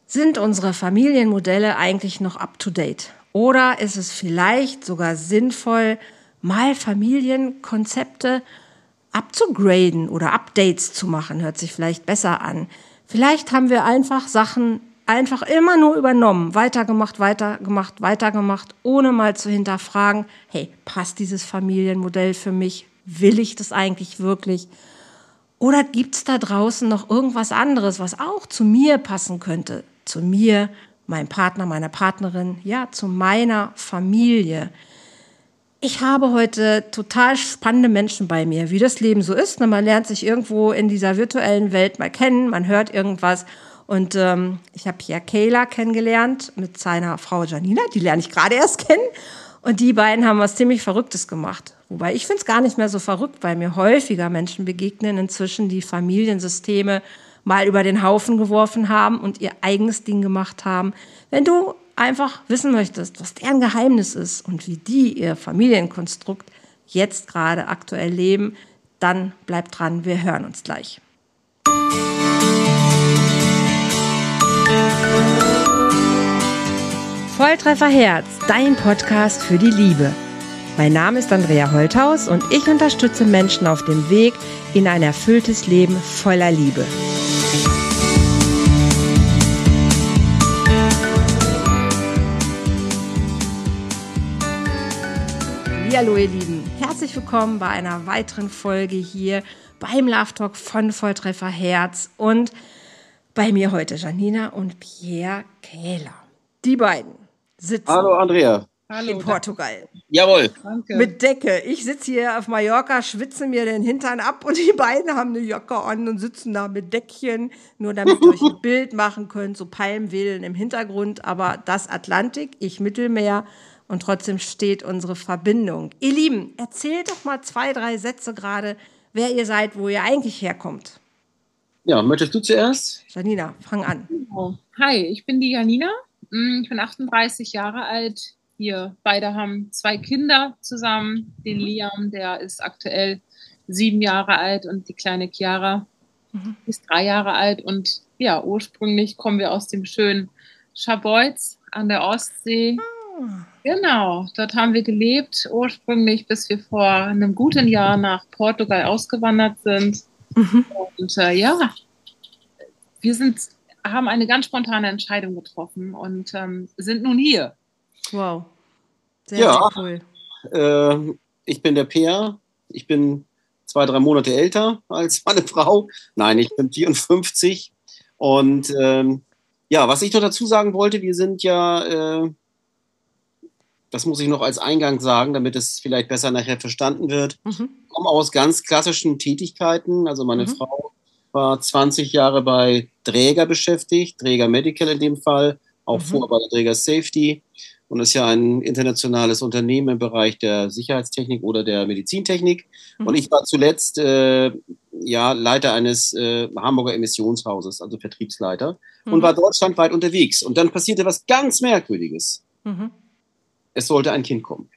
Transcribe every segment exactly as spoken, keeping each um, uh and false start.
Sind unsere Familienmodelle eigentlich noch up-to-date? Oder ist es vielleicht sogar sinnvoll, mal Familienkonzepte abzugraden oder Updates zu machen? Hört sich vielleicht besser an. Vielleicht haben wir einfach Sachen einfach immer nur übernommen, weitergemacht, weitergemacht, weitergemacht, ohne mal zu hinterfragen, hey, passt dieses Familienmodell für mich? Will ich das eigentlich wirklich? Oder gibt es da draußen noch irgendwas anderes, was auch zu mir passen könnte? Zu mir, meinem Partner, meiner Partnerin, ja, zu meiner Familie. Ich habe heute total spannende Menschen bei mir, wie das Leben so ist. Man lernt sich irgendwo in dieser virtuellen Welt mal kennen, man hört irgendwas. Und ähm, ich habe hier Kayla kennengelernt mit seiner Frau Janina, die lerne ich gerade erst kennen. Und die beiden haben was ziemlich Verrücktes gemacht. Wobei ich finde es gar nicht mehr so verrückt, weil mir häufiger Menschen begegnen inzwischen, die Familiensysteme mal über den Haufen geworfen haben und ihr eigenes Ding gemacht haben. Wenn du einfach wissen möchtest, was deren Geheimnis ist und wie die ihr Familienkonstrukt jetzt gerade aktuell leben, dann bleib dran, wir hören uns gleich. Volltreffer Herz, dein Podcast für die Liebe. Mein Name ist Andrea Holthaus und ich unterstütze Menschen auf dem Weg in ein erfülltes Leben voller Liebe. Hallo ihr Lieben, herzlich willkommen bei einer weiteren Folge hier beim Love Talk von Volltreffer Herz und bei mir heute Janina und Pierre Kayla. Die beiden sitzen Hallo Andrea. Hallo, in Portugal. Jawohl. Danke. Mit Decke. Ich sitze hier auf Mallorca, schwitze mir den Hintern ab und die beiden haben eine Jacke an und sitzen da mit Deckchen, nur damit ihr euch ein Bild machen könnt, so Palmwedeln im Hintergrund, aber das Atlantik, ich Mittelmeer und trotzdem steht unsere Verbindung. Ihr Lieben, erzählt doch mal zwei, drei Sätze gerade, wer ihr seid, wo ihr eigentlich herkommt. Ja, möchtest du zuerst? Janina, fang an. Hi, ich bin die Janina. Ich bin achtunddreißig Jahre alt. Wir beide haben zwei Kinder zusammen. Den Liam, der ist aktuell sieben Jahre alt und die kleine Chiara mhm. ist drei Jahre alt. Und ja, ursprünglich kommen wir aus dem schönen Scharbeutz an der Ostsee. Oh. Genau, dort haben wir gelebt, ursprünglich, bis wir vor einem guten Jahr nach Portugal ausgewandert sind. Mhm. Und äh, ja, wir sind, haben eine ganz spontane Entscheidung getroffen und ähm, sind nun hier. Wow, sehr, ja, sehr cool. Äh, ich bin der Peer, ich bin zwei, drei Monate älter als meine Frau. Nein, ich bin vierundfünfzig. Und ähm, ja, was ich noch dazu sagen wollte, wir sind ja, äh, das muss ich noch als Eingang sagen, damit es vielleicht besser nachher verstanden wird, mhm. kommen aus ganz klassischen Tätigkeiten. Also meine mhm. Frau war zwanzig Jahre bei Dräger beschäftigt, Dräger Medical in dem Fall, auch mhm. vorher bei der Dräger Safety. Und ist ja ein internationales Unternehmen im Bereich der Sicherheitstechnik oder der Medizintechnik. Mhm. Und ich war zuletzt äh, ja, Leiter eines äh, Hamburger Emissionshauses, also Vertriebsleiter, mhm. und war deutschlandweit unterwegs. Und dann passierte was ganz Merkwürdiges. Mhm. Es sollte ein Kind kommen.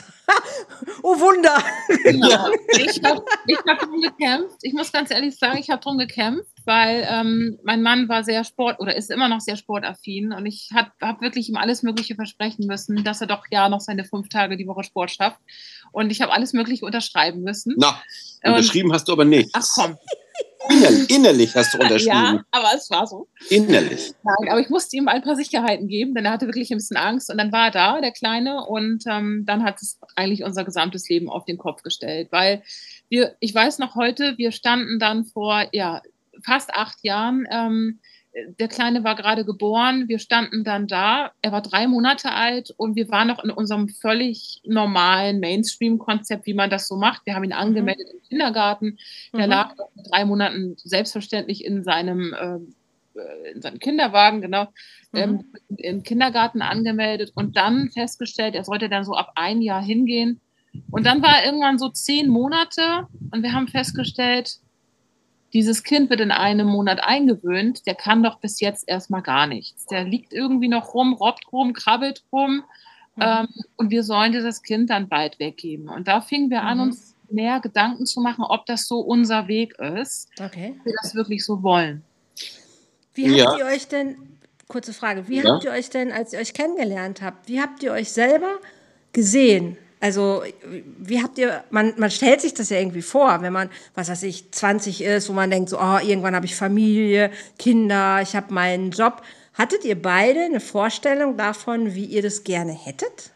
Oh Wunder! Genau. Ja. Ich habe ich hab drum gekämpft. Ich muss ganz ehrlich sagen, ich habe drum gekämpft, weil ähm, mein Mann war sehr sport- oder ist immer noch sehr sportaffin und ich habe hab wirklich ihm alles Mögliche versprechen müssen, dass er doch ja noch seine fünf Tage die Woche Sport schafft. Und ich habe alles Mögliche unterschreiben müssen. Na, unterschrieben und, hast du aber nicht. Ach komm. Innerlich, innerlich hast du unterschrieben. Ja, aber es war so. Innerlich. Nein, aber ich musste ihm ein paar Sicherheiten geben, denn er hatte wirklich ein bisschen Angst. Und dann war er da, der Kleine, und ähm, dann hat es eigentlich unser gesamtes Leben auf den Kopf gestellt. Weil wir, ich weiß noch heute, wir standen dann vor ja, fast acht Jahren, ähm, der Kleine war gerade geboren, wir standen dann da, er war drei Monate alt und wir waren noch in unserem völlig normalen Mainstream-Konzept, wie man das so macht. Wir haben ihn angemeldet mhm. im Kindergarten, der mhm. lag mit drei Monaten selbstverständlich in seinem, äh, in seinem Kinderwagen, genau, mhm. ähm, im Kindergarten angemeldet und dann festgestellt, er sollte dann so ab ein Jahr hingehen. Und dann war er irgendwann so zehn Monate und wir haben festgestellt, dieses Kind wird in einem Monat eingewöhnt, der kann doch bis jetzt erstmal gar nichts. Der liegt irgendwie noch rum, robbt rum, krabbelt rum mhm. ähm, und wir sollen dieses Kind dann bald weggeben. Und da fingen wir mhm. an, uns mehr Gedanken zu machen, ob das so unser Weg ist, okay. ob wir das wirklich so wollen. Wie habt ja. ihr euch denn kurze Frage. Wie Ja? habt ihr euch denn, als ihr euch kennengelernt habt, wie habt ihr euch selber gesehen? Also, wie habt ihr, man, man stellt sich das ja irgendwie vor, wenn man, was weiß ich, zwanzig ist, wo man denkt, so, oh, irgendwann habe ich Familie, Kinder, ich habe meinen Job. Hattet ihr beide eine Vorstellung davon, wie ihr das gerne hättet?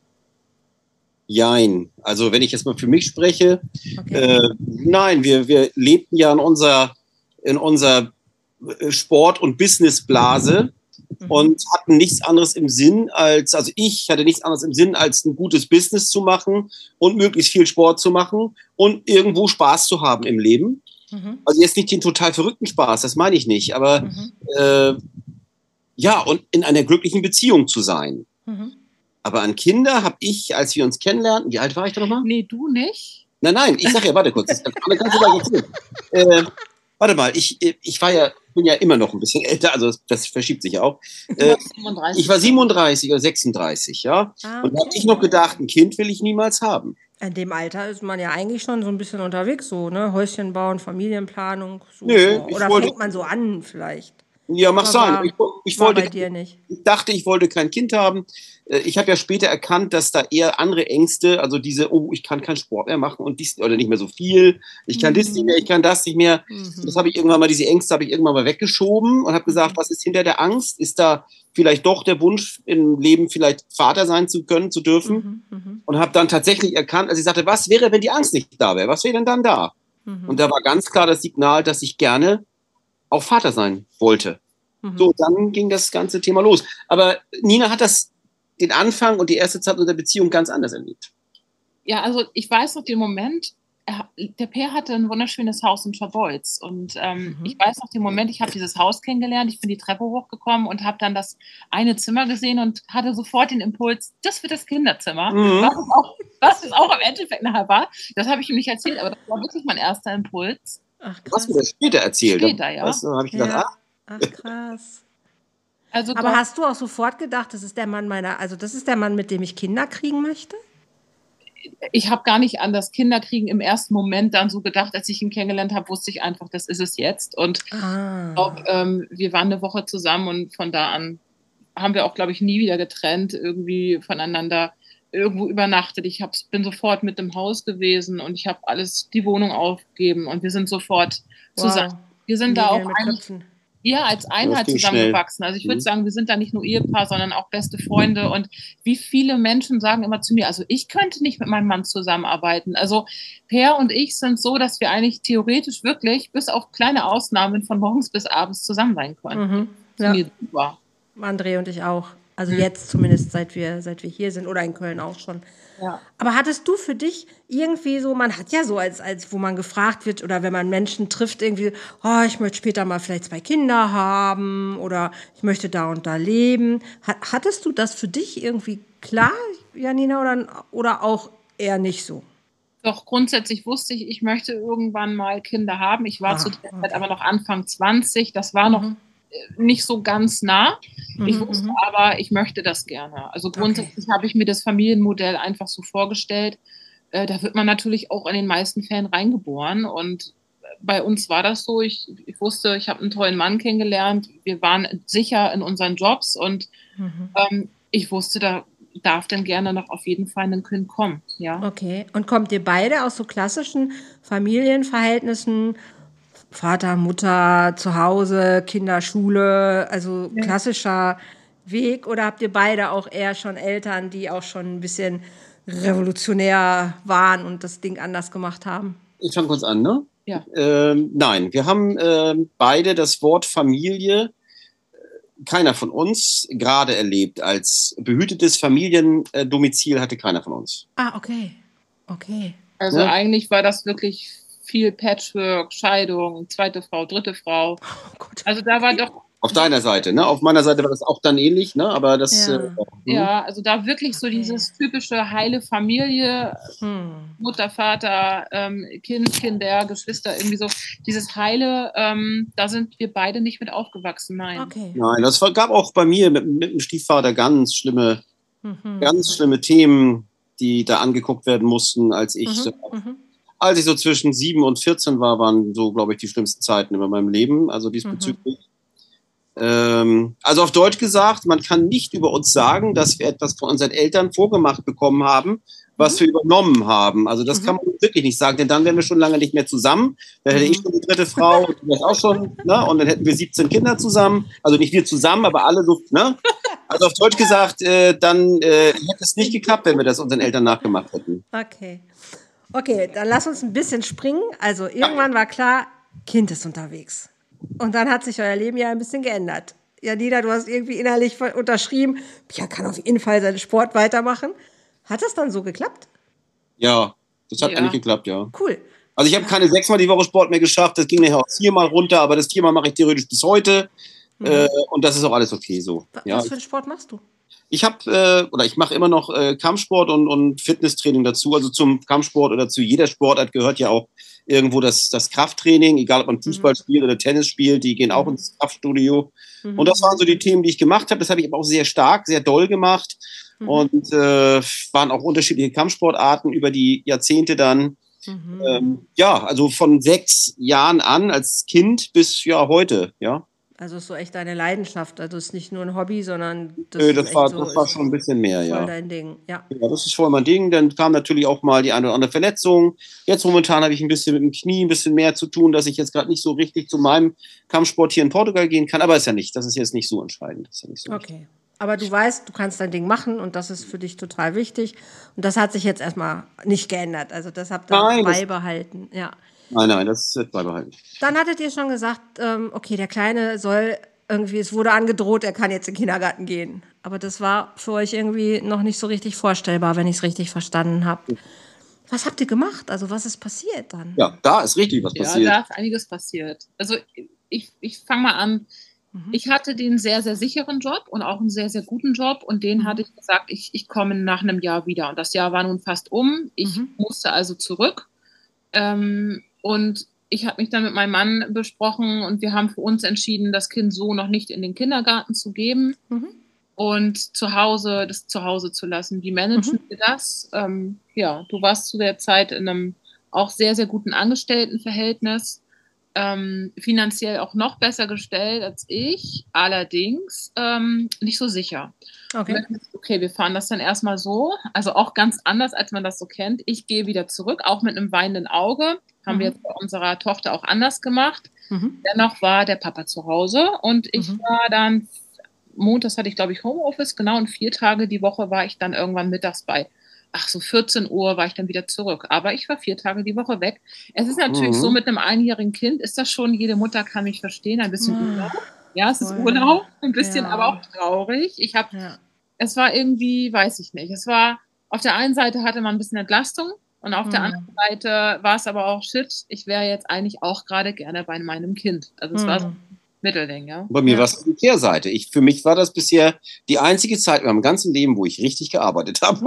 Jein. Also wenn ich jetzt mal für mich spreche, Okay. äh, nein, wir, wir lebten ja in unserer, in unserer Sport- und Businessblase mhm. und hatten nichts anderes im Sinn als, also ich hatte nichts anderes im Sinn, als ein gutes Business zu machen und möglichst viel Sport zu machen und irgendwo Spaß zu haben im Leben. Mhm. Also jetzt nicht den total verrückten Spaß, das meine ich nicht, aber mhm. äh, ja, und in einer glücklichen Beziehung zu sein. Mhm. Aber an Kinder habe ich, als wir uns kennenlernten, wie alt war ich da nochmal? Nee, du nicht. Nein, nein, ich sage ja, warte kurz. Das kann, kannst du mal erzählen. Äh, warte mal, ich, ich war ja, bin ja immer noch ein bisschen älter, also das, das verschiebt sich ja auch. Äh, siebenunddreißig. Ich war siebenunddreißig oder sechsunddreißig, ja. Ah, okay. Und da habe ich noch gedacht, ein Kind will ich niemals haben. In dem Alter ist man ja eigentlich schon so ein bisschen unterwegs, so, ne? Häuschen bauen, Familienplanung. So. Nö, oder wollte, fängt man so an vielleicht? Ja, mag sein. War, ich, ich, wollte, bei dir nicht. Ich dachte, ich wollte kein Kind haben. Ich habe ja später erkannt, dass da eher andere Ängste, also diese, oh, ich kann keinen Sport mehr machen und dies oder nicht mehr so viel, ich kann mhm. das nicht mehr, ich kann das nicht mehr. Mhm. Das habe ich irgendwann mal, diese Ängste habe ich irgendwann mal weggeschoben und habe gesagt, mhm. was ist hinter der Angst? Ist da vielleicht doch der Wunsch im Leben, vielleicht Vater sein zu können, zu dürfen? Mhm. Mhm. Und habe dann tatsächlich erkannt, als ich sagte, was wäre, wenn die Angst nicht da wäre? Was wäre denn dann da? Mhm. Und da war ganz klar das Signal, dass ich gerne auch Vater sein wollte. Mhm. So, dann ging das ganze Thema los. Aber Nina hat das, den Anfang und die erste Zeit unserer Beziehung ganz anders erlebt. Ja, also ich weiß noch den Moment, er, der Per hatte ein wunderschönes Haus in Scharbeutz und ähm, mhm. ich weiß noch den Moment, ich habe dieses Haus kennengelernt, ich bin die Treppe hochgekommen und habe dann das eine Zimmer gesehen und hatte sofort den Impuls, das wird das Kinderzimmer, mhm. was, es auch, was es auch im Endeffekt nachher war. Das habe ich ihm nicht erzählt, aber das war wirklich mein erster Impuls. Ach, hast du das später erzählt? Später, ja. Weißt du, habe ich gedacht, ja. ah. Ach, krass. Also aber doch, hast du auch sofort gedacht, das ist der Mann meiner, also das ist der Mann, mit dem ich Kinder kriegen möchte? Ich habe gar nicht an das Kinderkriegen im ersten Moment dann so gedacht, als ich ihn kennengelernt habe, wusste ich einfach, das ist es jetzt. Und ah. auch, ähm, wir waren eine Woche zusammen und von da an haben wir auch, glaube ich, nie wieder getrennt, irgendwie voneinander irgendwo übernachtet. Ich hab, bin sofort mit im Haus gewesen und ich habe alles, die Wohnung aufgegeben und wir sind sofort zusammen. Wow. Wir sind da auch eigentlich, ja, als Einheit zusammengewachsen. Also ich würde mhm. sagen, wir sind da nicht nur Ehepaar, sondern auch beste Freunde. Und wie viele Menschen sagen immer zu mir, also ich könnte nicht mit meinem Mann zusammenarbeiten. Also Per und ich sind so, dass wir eigentlich theoretisch wirklich bis auf kleine Ausnahmen von morgens bis abends zusammen sein können. Mhm. Ja. Mir super. André und ich auch. Also mhm. jetzt zumindest, seit wir, seit wir hier sind oder in Köln auch schon. Ja. Aber hattest du für dich irgendwie so, man hat ja so, als, als wo man gefragt wird oder wenn man Menschen trifft, irgendwie, oh, ich möchte später mal vielleicht zwei Kinder haben oder ich möchte da und da leben. Hattest du das für dich irgendwie klar, Janina, oder, oder auch eher nicht so? Doch, grundsätzlich wusste ich, ich möchte irgendwann mal Kinder haben. Ich war ah, zu der Zeit okay. aber noch Anfang zwanzig, das war noch mhm. nicht so ganz nah. Ich wusste mhm. aber, ich möchte das gerne. Also grundsätzlich okay. habe ich mir das Familienmodell einfach so vorgestellt. Äh, da wird man natürlich auch in den meisten Fällen reingeboren. Und bei uns war das so. Ich, ich wusste, ich habe einen tollen Mann kennengelernt. Wir waren sicher in unseren Jobs. Und mhm. ähm, ich wusste, da darf dann gerne noch auf jeden Fall ein Kind kommen. Ja. Okay. Und kommt ihr beide aus so klassischen Familienverhältnissen? Vater, Mutter, zu Hause, Kinder, Schule, also ja. klassischer Weg? Oder habt ihr beide auch eher schon Eltern, die auch schon ein bisschen revolutionär waren und das Ding anders gemacht haben? Ich fange kurz an, ne? Ja. Ähm, nein, wir haben ähm, beide das Wort Familie, keiner von uns, gerade erlebt. Als behütetes Familiendomizil hatte keiner von uns. Ah, okay. Okay. Also ja? Eigentlich war das wirklich viel Patchwork, Scheidung, zweite Frau, dritte Frau. Oh Gott. Also da war doch... Auf deiner Seite, ne? Auf meiner Seite war das auch dann ähnlich, ne? Aber das... Ja, äh, ja also da wirklich so dieses typische heile Familie, hm. Mutter, Vater, ähm, Kind, Kinder, Geschwister, irgendwie so. Dieses heile, ähm, da sind wir beide nicht mit aufgewachsen, nein. Okay. Nein, das gab auch bei mir mit, mit dem Stiefvater ganz schlimme, mhm. ganz schlimme Themen, die da angeguckt werden mussten, als ich... Mhm. So, Mhm. Als ich so zwischen sieben und vierzehn war, waren so, glaube ich, die schlimmsten Zeiten in meinem Leben, also diesbezüglich. Ähm, also auf Deutsch gesagt, man kann nicht über uns sagen, dass wir etwas von unseren Eltern vorgemacht bekommen haben, was wir übernommen haben. Also das Mhm. kann man wirklich nicht sagen, denn dann wären wir schon lange nicht mehr zusammen. Dann hätte Mhm. ich schon die dritte Frau und du wärst auch schon, ne? Und dann hätten wir siebzehn Kinder zusammen. Also nicht wir zusammen, aber alle so, ne? Also auf Deutsch gesagt, äh, dann äh, hätte es nicht geklappt, wenn wir das unseren Eltern nachgemacht hätten. Okay. Okay, dann lass uns ein bisschen springen. Also irgendwann war klar, Kind ist unterwegs. Und dann hat sich euer Leben ja ein bisschen geändert. Janina, du hast irgendwie innerlich unterschrieben, Pia kann auf jeden Fall seinen Sport weitermachen. Hat das dann so geklappt? Ja, das hat Ja. eigentlich geklappt, ja. Cool. Also ich habe keine sechsmal die Woche Sport mehr geschafft, das ging nachher auch viermal runter, aber das viermal mache ich theoretisch bis heute. Mhm. Äh, und das ist auch alles okay so. Was ja. für einen Sport machst du? Ich habe äh, oder ich mache immer noch äh, Kampfsport und, und Fitnesstraining dazu. Also zum Kampfsport oder zu jeder Sportart gehört ja auch irgendwo das, das Krafttraining, egal ob man Fußball mhm. spielt oder Tennis spielt, die gehen auch mhm. ins Kraftstudio. Mhm. Und das waren so die Themen, die ich gemacht habe. Das habe ich aber auch sehr stark, sehr doll gemacht. Mhm. Und äh, waren auch unterschiedliche Kampfsportarten über die Jahrzehnte dann. Mhm. Ähm, ja, also von sechs Jahren an als Kind bis ja heute, ja. Also ist so echt deine Leidenschaft. Also ist nicht nur ein Hobby, sondern das, Nö, das, war, so, das war schon ein bisschen mehr, voll ja. Voll dein Ding, ja. Ja, das ist voll mein Ding. Dann kam natürlich auch mal die eine oder andere Verletzung. Jetzt momentan habe ich ein bisschen mit dem Knie ein bisschen mehr zu tun, dass ich jetzt gerade nicht so richtig zu meinem Kampfsport hier in Portugal gehen kann. Aber ist ja nicht, das ist jetzt nicht so entscheidend. Das ist ja nicht so okay. Wichtig. Aber du weißt, du kannst dein Ding machen und das ist für dich total wichtig. Und das hat sich jetzt erstmal nicht geändert. Also das habt ihr Nein, beibehalten, ja. Nein, nein, das wird beibehalten. Dann hattet ihr schon gesagt, ähm, okay, der Kleine soll irgendwie, es wurde angedroht, er kann jetzt in den Kindergarten gehen. Aber das war für euch irgendwie noch nicht so richtig vorstellbar, wenn ich es richtig verstanden habe. Was habt ihr gemacht? Also was ist passiert dann? Ja, da ist richtig was passiert. Ja, da ist einiges passiert. Also ich, ich fange mal an. Mhm. Ich hatte den sehr, sehr sicheren Job und auch einen sehr, sehr guten Job. Und den mhm. hatte ich gesagt, ich, ich komme nach einem Jahr wieder. Und das Jahr war nun fast um. Ich mhm. musste also zurück. Ähm, und ich habe mich dann mit meinem Mann besprochen und wir haben für uns entschieden, das Kind so noch nicht in den Kindergarten zu geben mhm. und zu Hause, das zu Hause zu lassen. Wie managen mhm. wir das? Ähm, ja, du warst zu der Zeit in einem auch sehr, sehr guten Angestelltenverhältnis, ähm, finanziell auch noch besser gestellt als ich, allerdings ähm, nicht so sicher. Okay. Okay, wir fahren das dann erstmal so, also auch ganz anders, als man das so kennt. Ich gehe wieder zurück, auch mit einem weinenden Auge. Haben mhm. wir jetzt bei unserer Tochter auch anders gemacht. Mhm. Dennoch war der Papa zu Hause und ich mhm. war dann, montags hatte ich, glaube ich, Homeoffice, genau, und vier Tage die Woche war ich dann irgendwann mittags bei, ach so vierzehn Uhr war ich dann wieder zurück. Aber ich war vier Tage die Woche weg. Es ist natürlich mhm. so, mit einem einjährigen Kind ist das schon, jede Mutter kann mich verstehen, ein bisschen mhm. Urlaub. Ja, es ist oh, Urlaub, ein bisschen, ja. aber auch traurig. Ich habe, ja. es war irgendwie, weiß ich nicht, es war, auf der einen Seite hatte man ein bisschen Entlastung und auf mhm. der anderen Seite war es aber auch, shit, ich wäre jetzt eigentlich auch gerade gerne bei meinem Kind. Also es mhm. war so ein Mittelding, ja. Bei mir ja. war es die Kehrseite. Ich, für mich war das bisher die einzige Zeit in meinem ganzen Leben, wo ich richtig gearbeitet habe.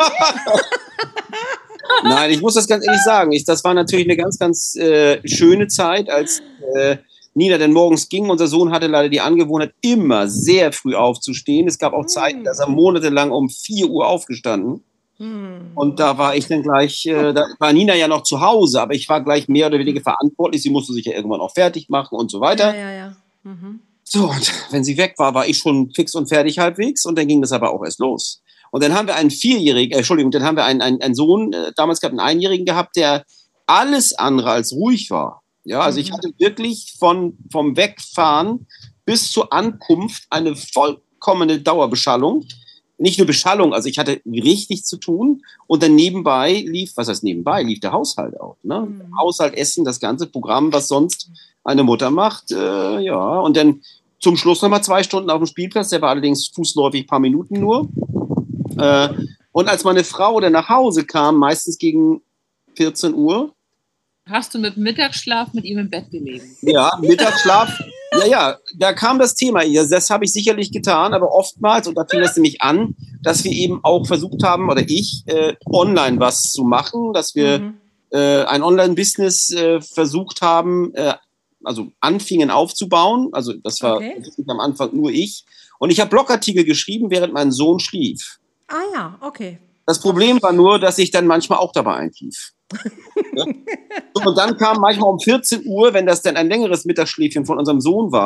Nein, ich muss das ganz ehrlich sagen. Ich, das war natürlich eine ganz, ganz äh, schöne Zeit, als äh, Nina denn morgens ging. Unser Sohn hatte leider die Angewohnheit, immer sehr früh aufzustehen. Es gab auch Zeiten, da ist er monatelang um vier Uhr aufgestanden. Hm. Und da war ich dann gleich, äh, da war Nina ja noch zu Hause, aber ich war gleich mehr oder weniger verantwortlich. Sie musste sich ja irgendwann auch fertig machen und so weiter. Ja, ja, ja. Mhm. So, und wenn sie weg war, war ich schon fix und fertig halbwegs. Und dann ging das aber auch erst los. Und dann haben wir einen Vierjährigen, äh, Entschuldigung, dann haben wir einen, einen, einen Sohn, äh, damals gab es einen Einjährigen gehabt, der alles andere als ruhig war. Ja, also mhm. ich hatte wirklich von, vom Wegfahren bis zur Ankunft eine vollkommene Dauerbeschallung. Nicht nur Beschallung, also ich hatte richtig zu tun. Und dann nebenbei lief, was heißt nebenbei, lief der Haushalt auch. Ne? Mhm. Haushalt, Essen, das ganze Programm, was sonst eine Mutter macht. Äh, ja, und dann zum Schluss nochmal zwei Stunden auf dem Spielplatz. Der war allerdings fußläufig ein paar Minuten nur. Äh, und als meine Frau dann nach Hause kam, meistens gegen vierzehn Uhr. Hast du mit Mittagsschlaf mit ihm im Bett gelegen? Ja, Mittagsschlaf. Ja, ja, da kam das Thema. Das habe ich sicherlich getan, aber oftmals, und da fing es nämlich an, dass wir eben auch versucht haben, oder ich, äh, online was zu machen, dass wir mhm. äh, ein Online-Business äh, versucht haben, äh, also anfingen aufzubauen. Also das war okay. am Anfang nur ich. Und ich habe Blogartikel geschrieben, während mein Sohn schlief. Ah ja, okay. Das Problem war nur, dass ich dann manchmal auch dabei einschlief. Ja? Und dann kam manchmal um vierzehn Uhr, wenn das dann ein längeres Mittagsschläfchen von unserem Sohn war,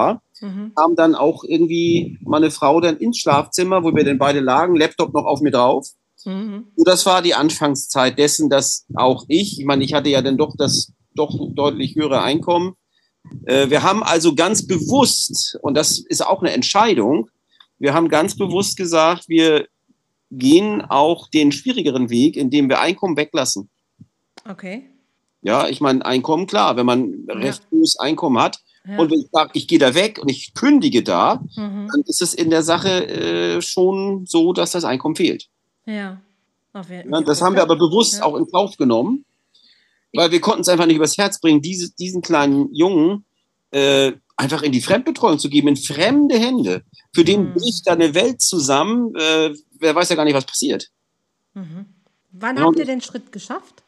Mhm. Kam dann auch irgendwie meine Frau dann ins Schlafzimmer, wo wir dann beide lagen, Laptop noch auf mir drauf. Mhm. Und das war die Anfangszeit dessen, dass auch ich, ich meine, ich hatte ja dann doch das doch deutlich höhere Einkommen. Äh, wir haben also ganz bewusst, und das ist auch eine Entscheidung, wir haben ganz bewusst gesagt, wir gehen auch den schwierigeren Weg, indem wir Einkommen weglassen. Okay. Ja, ich meine, Einkommen, klar, wenn man ja. recht hohes Einkommen hat, ja. und wenn ich sage, ich gehe da weg und ich kündige da, mhm. dann ist es in der Sache äh, schon so, dass das Einkommen fehlt. Ja. Auf jeden, ja das haben wir aber bewusst ja. auch in Kauf genommen, weil wir konnten es einfach nicht übers Herz bringen, diese, diesen kleinen Jungen äh, einfach in die Fremdbetreuung zu geben, in fremde Hände. Für den mhm. bricht da eine Welt zusammen, äh, wer weiß ja gar nicht, was passiert. Mhm. Wann ja, habt ihr den Schritt geschafft?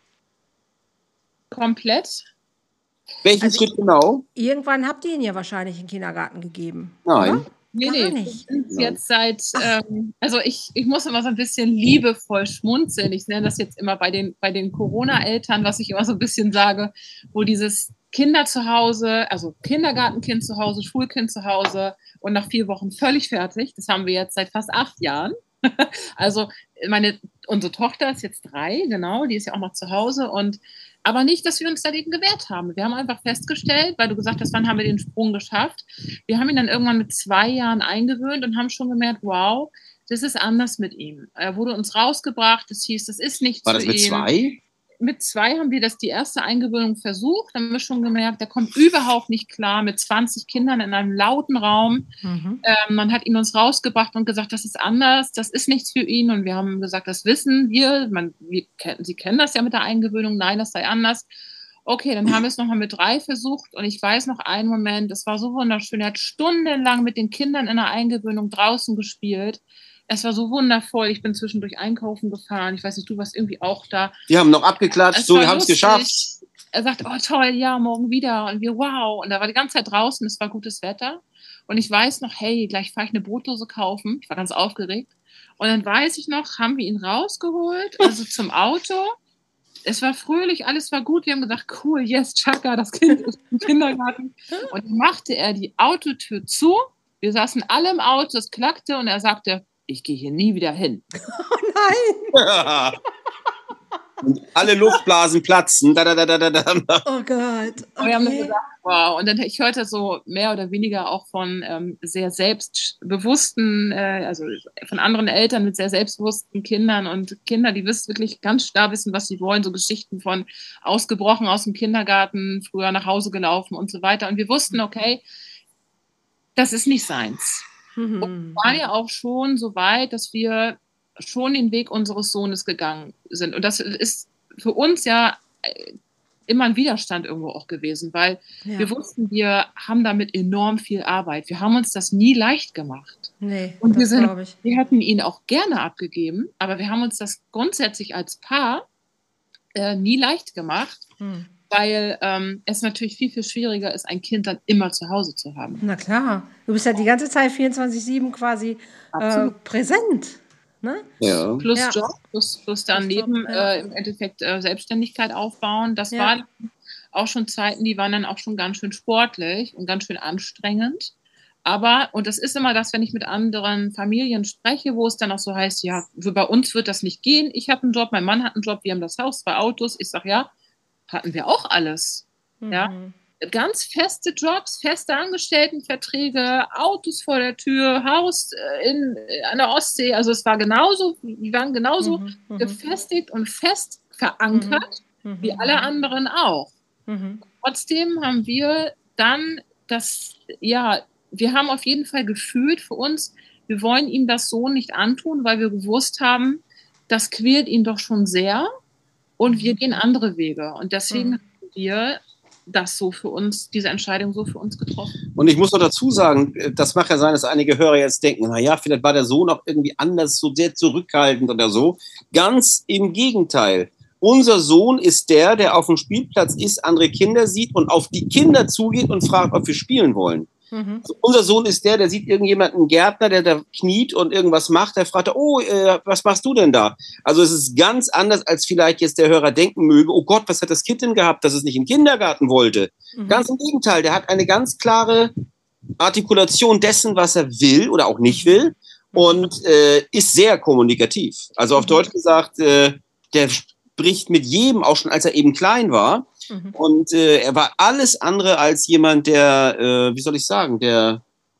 Komplett. Welchen also Schritt genau? Irgendwann habt ihr ihn ja wahrscheinlich in den Kindergarten gegeben. Nein. Oder? Nee, Gar nee, nicht. Jetzt seit, ähm, also ich, ich muss immer so ein bisschen liebevoll schmunzeln. Ich nenne das jetzt immer bei den, bei den Corona-Eltern, was ich immer so ein bisschen sage, wo dieses Kinder zu Hause, also Kindergartenkind zu Hause, Schulkind zu Hause und nach vier Wochen völlig fertig. Das haben wir jetzt seit fast acht Jahren. Also meine, unsere Tochter ist jetzt drei, genau, die ist ja auch noch zu Hause und aber nicht, dass wir uns dagegen gewehrt haben. Wir haben einfach festgestellt, weil du gesagt hast, wann haben wir den Sprung geschafft? Wir haben ihn dann irgendwann mit zwei Jahren eingewöhnt und haben schon gemerkt, wow, das ist anders mit ihm. Er wurde uns rausgebracht, das hieß, das ist nicht War zu das mit ihm. zwei? Mit zwei haben wir das die erste Eingewöhnung versucht. Dann haben wir schon gemerkt, der kommt überhaupt nicht klar mit zwanzig Kindern in einem lauten Raum. Mhm. Ähm, man hat ihn uns rausgebracht und gesagt, das ist anders, das ist nichts für ihn. Und wir haben gesagt, das wissen wir. Man, wir Sie kennen das ja mit der Eingewöhnung. Nein, das sei anders. Okay, dann haben wir es nochmal mit drei versucht. Und ich weiß noch einen Moment, das war so wunderschön. Er hat stundenlang mit den Kindern in der Eingewöhnung draußen gespielt. Es war so wundervoll. Ich bin zwischendurch einkaufen gefahren. Ich weiß nicht, du warst irgendwie auch da. Wir haben noch abgeklatscht, es so, wir haben es geschafft. Er sagt, oh toll, ja, morgen wieder. Und wir, wow. Und er war die ganze Zeit draußen, es war gutes Wetter. Und ich weiß noch, hey, gleich fahre ich eine Brotdose kaufen. Ich war ganz aufgeregt. Und dann weiß ich noch, haben wir ihn rausgeholt, also zum Auto. Es war fröhlich, alles war gut. Wir haben gesagt, cool, yes, Chaka, das Kind ist im Kindergarten. Und dann machte er die Autotür zu. Wir saßen alle im Auto, es klackte und er sagte, ich gehe hier nie wieder hin. Oh nein! Und alle Luftblasen platzen. Da, da, da, da, da. Oh Gott. Okay. Und wir haben dann gesagt, wow. Und dann ich hörte so mehr oder weniger auch von ähm, sehr selbstbewussten, äh, also von anderen Eltern mit sehr selbstbewussten Kindern und Kinder, die wissen wirklich ganz klar wissen, was sie wollen. So Geschichten von ausgebrochen aus dem Kindergarten, früher nach Hause gelaufen und so weiter. Und wir wussten, okay, das ist nicht seins. Und wir waren ja auch schon so weit, dass wir schon den Weg unseres Sohnes gegangen sind. Und das ist für uns ja immer ein Widerstand irgendwo auch gewesen, weil ja. wir wussten, wir haben damit enorm viel Arbeit. Wir haben uns das nie leicht gemacht. Nee, und wir, das sind, ich. wir hätten ihn auch gerne abgegeben, aber wir haben uns das grundsätzlich als Paar äh, nie leicht gemacht. Hm. Weil ähm, es natürlich viel, viel schwieriger ist, ein Kind dann immer zu Hause zu haben. Na klar, du bist ja die ganze Zeit vierundzwanzig sieben quasi äh, präsent. Ne? Ja. Plus ja. Job, plus, plus daneben ja. äh, im Endeffekt äh, Selbstständigkeit aufbauen. Das ja. waren auch schon Zeiten, die waren dann auch schon ganz schön sportlich und ganz schön anstrengend. Aber, und das ist immer das, wenn ich mit anderen Familien spreche, wo es dann auch so heißt, ja, bei uns wird das nicht gehen. Ich habe einen Job, mein Mann hat einen Job, wir haben das Haus, zwei Autos. Ich sage, ja, hatten wir auch alles. Mhm. Ja? Ganz feste Jobs, feste Angestelltenverträge, Autos vor der Tür, Haus in, an der Ostsee. Also es war genauso, wir waren genauso mhm. gefestigt und fest verankert mhm. wie alle anderen auch. Mhm. Trotzdem haben wir dann das, ja, wir haben auf jeden Fall gefühlt für uns, wir wollen ihm das so nicht antun, weil wir gewusst haben, das quält ihn doch schon sehr. Und wir gehen andere Wege. Und deswegen mhm. haben wir das so für uns, diese Entscheidung so für uns getroffen. Und ich muss noch dazu sagen, das mag ja sein, dass einige Hörer jetzt denken, naja, vielleicht war der Sohn auch irgendwie anders, so sehr zurückhaltend oder so. Ganz im Gegenteil. Unser Sohn ist der, der auf dem Spielplatz ist, andere Kinder sieht und auf die Kinder zugeht und fragt, ob wir spielen wollen. Mhm. Also unser Sohn ist der, der sieht irgendjemanden, einen Gärtner, der da kniet und irgendwas macht, der fragt, oh, äh, was machst du denn da? Also es ist ganz anders, als vielleicht jetzt der Hörer denken möge, oh Gott, was hat das Kind denn gehabt, dass es nicht in den Kindergarten wollte? Mhm. Ganz im Gegenteil, der hat eine ganz klare Artikulation dessen, was er will oder auch nicht will und äh, ist sehr kommunikativ. Also auf Deutsch gesagt, äh, der spricht mit jedem, auch schon als er eben klein war. Mhm. Und äh, er war alles andere als jemand, der, äh, wie soll ich sagen, der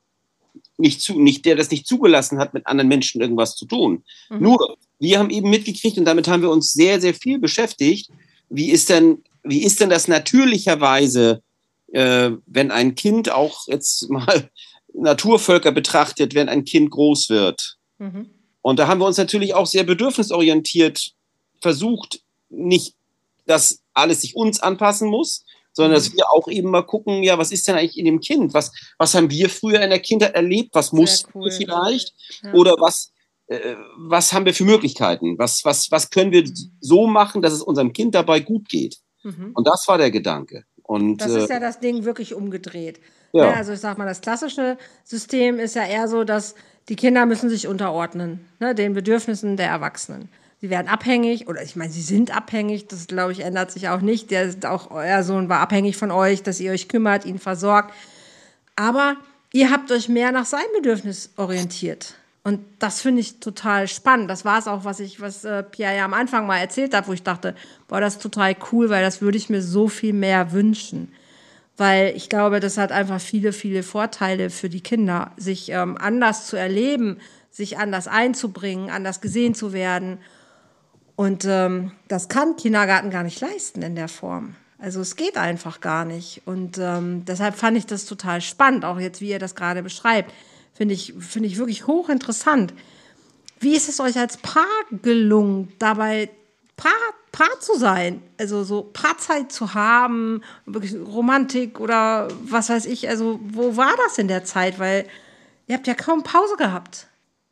nicht zu, nicht, der das nicht zugelassen hat, mit anderen Menschen irgendwas zu tun. Mhm. Nur, wir haben eben mitgekriegt und damit haben wir uns sehr, sehr viel beschäftigt. Wie ist denn, wie ist denn das natürlicherweise, äh, wenn ein Kind auch jetzt mal Naturvölker betrachtet, wenn ein Kind groß wird? Mhm. Und da haben wir uns natürlich auch sehr bedürfnisorientiert versucht, nicht, dass alles sich uns anpassen muss, sondern dass wir auch eben mal gucken, ja, was ist denn eigentlich in dem Kind? Was, was haben wir früher in der Kindheit erlebt? Was mussten cool. wir vielleicht? Ja. Oder was, äh, was haben wir für Möglichkeiten? Was, was, was können wir mhm. so machen, dass es unserem Kind dabei gut geht? Mhm. Und das war der Gedanke. Und, das ist ja das Ding wirklich umgedreht. Ja. Ja, also ich sag mal, das klassische System ist ja eher so, dass die Kinder müssen sich unterordnen, ne, den Bedürfnissen der Erwachsenen. Sie werden abhängig, oder ich meine, sie sind abhängig, das glaube ich ändert sich auch nicht. Der ist auch, euer Sohn war abhängig von euch, dass ihr euch kümmert, ihn versorgt. Aber ihr habt euch mehr nach seinem Bedürfnis orientiert. Und das finde ich total spannend. Das war es auch, was ich, was äh, Pia ja am Anfang mal erzählt hat, wo ich dachte, boah, das ist total cool, weil das würde ich mir so viel mehr wünschen. Weil ich glaube, das hat einfach viele, viele Vorteile für die Kinder, sich ähm, anders zu erleben, sich anders einzubringen, anders gesehen zu werden. Und ähm, das kann Kindergarten gar nicht leisten in der Form. Also es geht einfach gar nicht. Und ähm, deshalb fand ich das total spannend, auch jetzt, wie ihr das gerade beschreibt. Finde ich, finde ich wirklich hochinteressant. Wie ist es euch als Paar gelungen, dabei Paar, Paar zu sein? Also so Paarzeit zu haben, wirklich Romantik oder was weiß ich. Also wo war das in der Zeit? Weil ihr habt ja kaum Pause gehabt.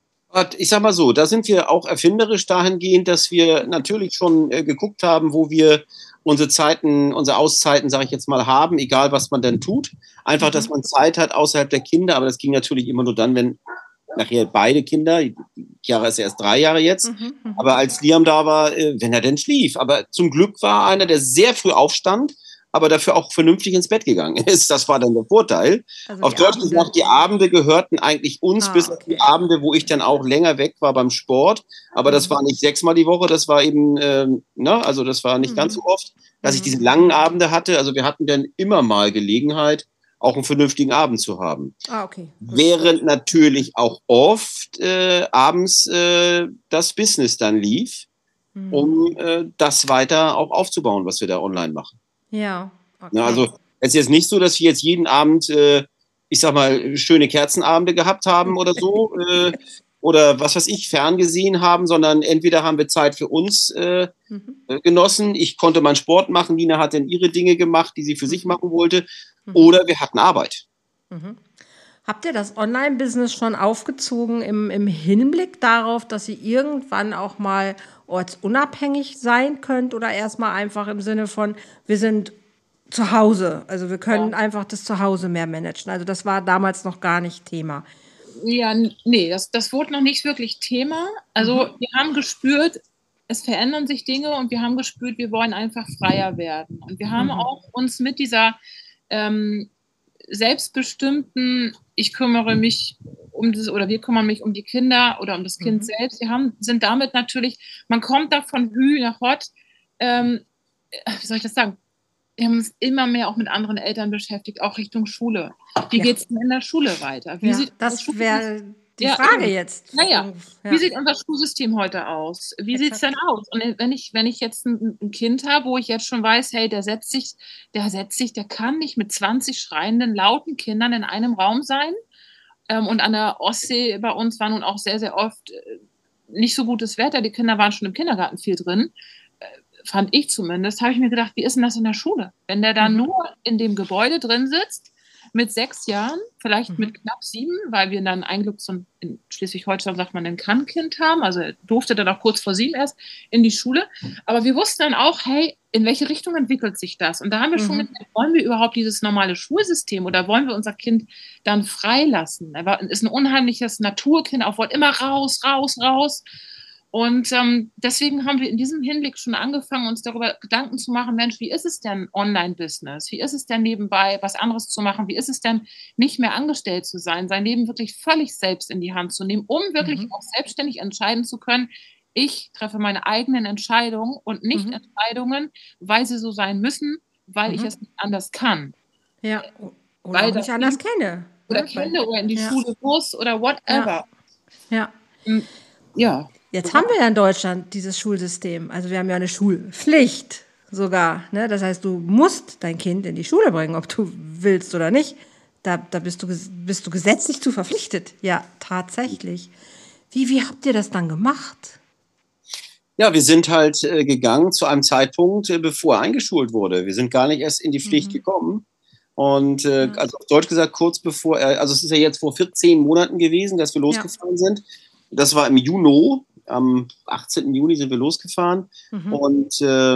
Ich sag mal so, da sind wir auch erfinderisch dahingehend, dass wir natürlich schon äh, geguckt haben, wo wir unsere Zeiten, unsere Auszeiten, sage ich jetzt mal, haben, egal was man denn tut. Einfach, mhm. dass man Zeit hat außerhalb der Kinder, aber das ging natürlich immer nur dann, wenn nachher beide Kinder, Chiara ist erst drei Jahre jetzt, mhm, aber als Liam da war, äh, wenn er denn schlief. Aber zum Glück war einer, der sehr früh aufstand, aber dafür auch vernünftig ins Bett gegangen ist. Das war dann der Vorteil. Also auf Deutsch gesagt, die Abende gehörten eigentlich uns, ah, bis auf okay. die Abende, wo ich dann auch länger weg war beim Sport. Aber mhm. das war nicht sechsmal die Woche, das war eben, äh, ne, also das war nicht mhm. ganz so oft, dass ich diese langen Abende hatte. Also wir hatten dann immer mal Gelegenheit, auch einen vernünftigen Abend zu haben. Ah, okay. Während natürlich auch oft äh, abends äh, das Business dann lief, mhm. um äh, das weiter auch aufzubauen, was wir da online machen. Ja, okay. Na, also es ist jetzt nicht so, dass wir jetzt jeden Abend, äh, ich sag mal, schöne Kerzenabende gehabt haben oder so äh, oder was weiß ich, ferngesehen haben, sondern entweder haben wir Zeit für uns äh, mhm. äh, genossen, ich konnte meinen Sport machen, Nina hat dann ihre Dinge gemacht, die sie für sich machen wollte, mhm. oder wir hatten Arbeit. Mhm. Habt ihr das Online-Business schon aufgezogen im, im Hinblick darauf, dass ihr irgendwann auch mal ortsunabhängig sein könnt oder erstmal einfach im Sinne von, wir sind zu Hause, also wir können ja. einfach das Zuhause mehr managen. Also das war damals noch gar nicht Thema. Ja, nee, das, das wurde noch nicht wirklich Thema. Also mhm. wir haben gespürt, es verändern sich Dinge und wir haben gespürt, wir wollen einfach freier werden. Und wir haben mhm. auch uns mit dieser ähm, selbstbestimmten, ich kümmere mich um das, oder wir kümmern mich um die Kinder oder um das Kind mhm. selbst. Wir haben, sind damit natürlich, man kommt da von Hü nach Hott, ähm, wie soll ich das sagen? Wir haben uns immer mehr auch mit anderen Eltern beschäftigt, auch Richtung Schule. Wie ja. geht es denn in der Schule weiter? Wie ja, sieht das wäre die ja, Frage eben. jetzt. Naja, ja. Wie sieht unser Schulsystem heute aus? Wie sieht es denn aus? Und wenn ich, wenn ich jetzt ein, ein Kind habe, wo ich jetzt schon weiß, hey, der setzt sich, der setzt sich, der kann nicht mit zwanzig schreienden, lauten Kindern in einem Raum sein. Ähm, und an der Ostsee bei uns war nun auch sehr, sehr oft äh, nicht so gutes Wetter. Die Kinder waren schon im Kindergarten viel drin. Fand ich zumindest, habe ich mir gedacht, wie ist denn das in der Schule? Wenn der da mhm. nur in dem Gebäude drin sitzt, mit sechs Jahren, vielleicht mhm. mit knapp sieben, weil wir dann ein Glück so ein, in Schleswig-Holstein sagt man, ein Kann-Kind haben, also er durfte dann auch kurz vor sieben erst in die Schule, aber wir wussten dann auch, hey, in welche Richtung entwickelt sich das? Und da haben wir mhm. schon gedacht, wollen wir überhaupt dieses normale Schulsystem oder wollen wir unser Kind dann freilassen? Er war, ist ein unheimliches Naturkind, auch wollte immer raus, raus, raus. Und ähm, deswegen haben wir in diesem Hinblick schon angefangen, uns darüber Gedanken zu machen, Mensch, wie ist es denn Online-Business? Wie ist es denn nebenbei was anderes zu machen? Wie ist es denn nicht mehr angestellt zu sein, sein Leben wirklich völlig selbst in die Hand zu nehmen, um wirklich mhm. auch selbstständig entscheiden zu können, ich treffe meine eigenen Entscheidungen und nicht mhm. Entscheidungen, weil sie so sein müssen, weil mhm. ich es nicht anders kann. Ja, oder weil auch nicht anders kenne. Oder ne? kenne oder in die ja. Schule muss oder whatever. Ja. ja. Ja. Jetzt haben wir ja in Deutschland dieses Schulsystem. Also wir haben ja eine Schulpflicht sogar. Ne? Das heißt, du musst dein Kind in die Schule bringen, ob du willst oder nicht. Da, da bist du, bist du gesetzlich zu verpflichtet. Ja, tatsächlich. Wie, wie habt ihr das dann gemacht? Ja, wir sind halt äh, gegangen zu einem Zeitpunkt, äh, bevor er eingeschult wurde. Wir sind gar nicht erst in die Pflicht mhm. gekommen. Und äh, ja. also auf Deutsch gesagt, kurz bevor er, also es ist ja jetzt vor vierzehn Monaten gewesen, dass wir losgefahren ja. sind. Das war im Juni. Am achtzehnten Juni sind wir losgefahren mhm. und äh,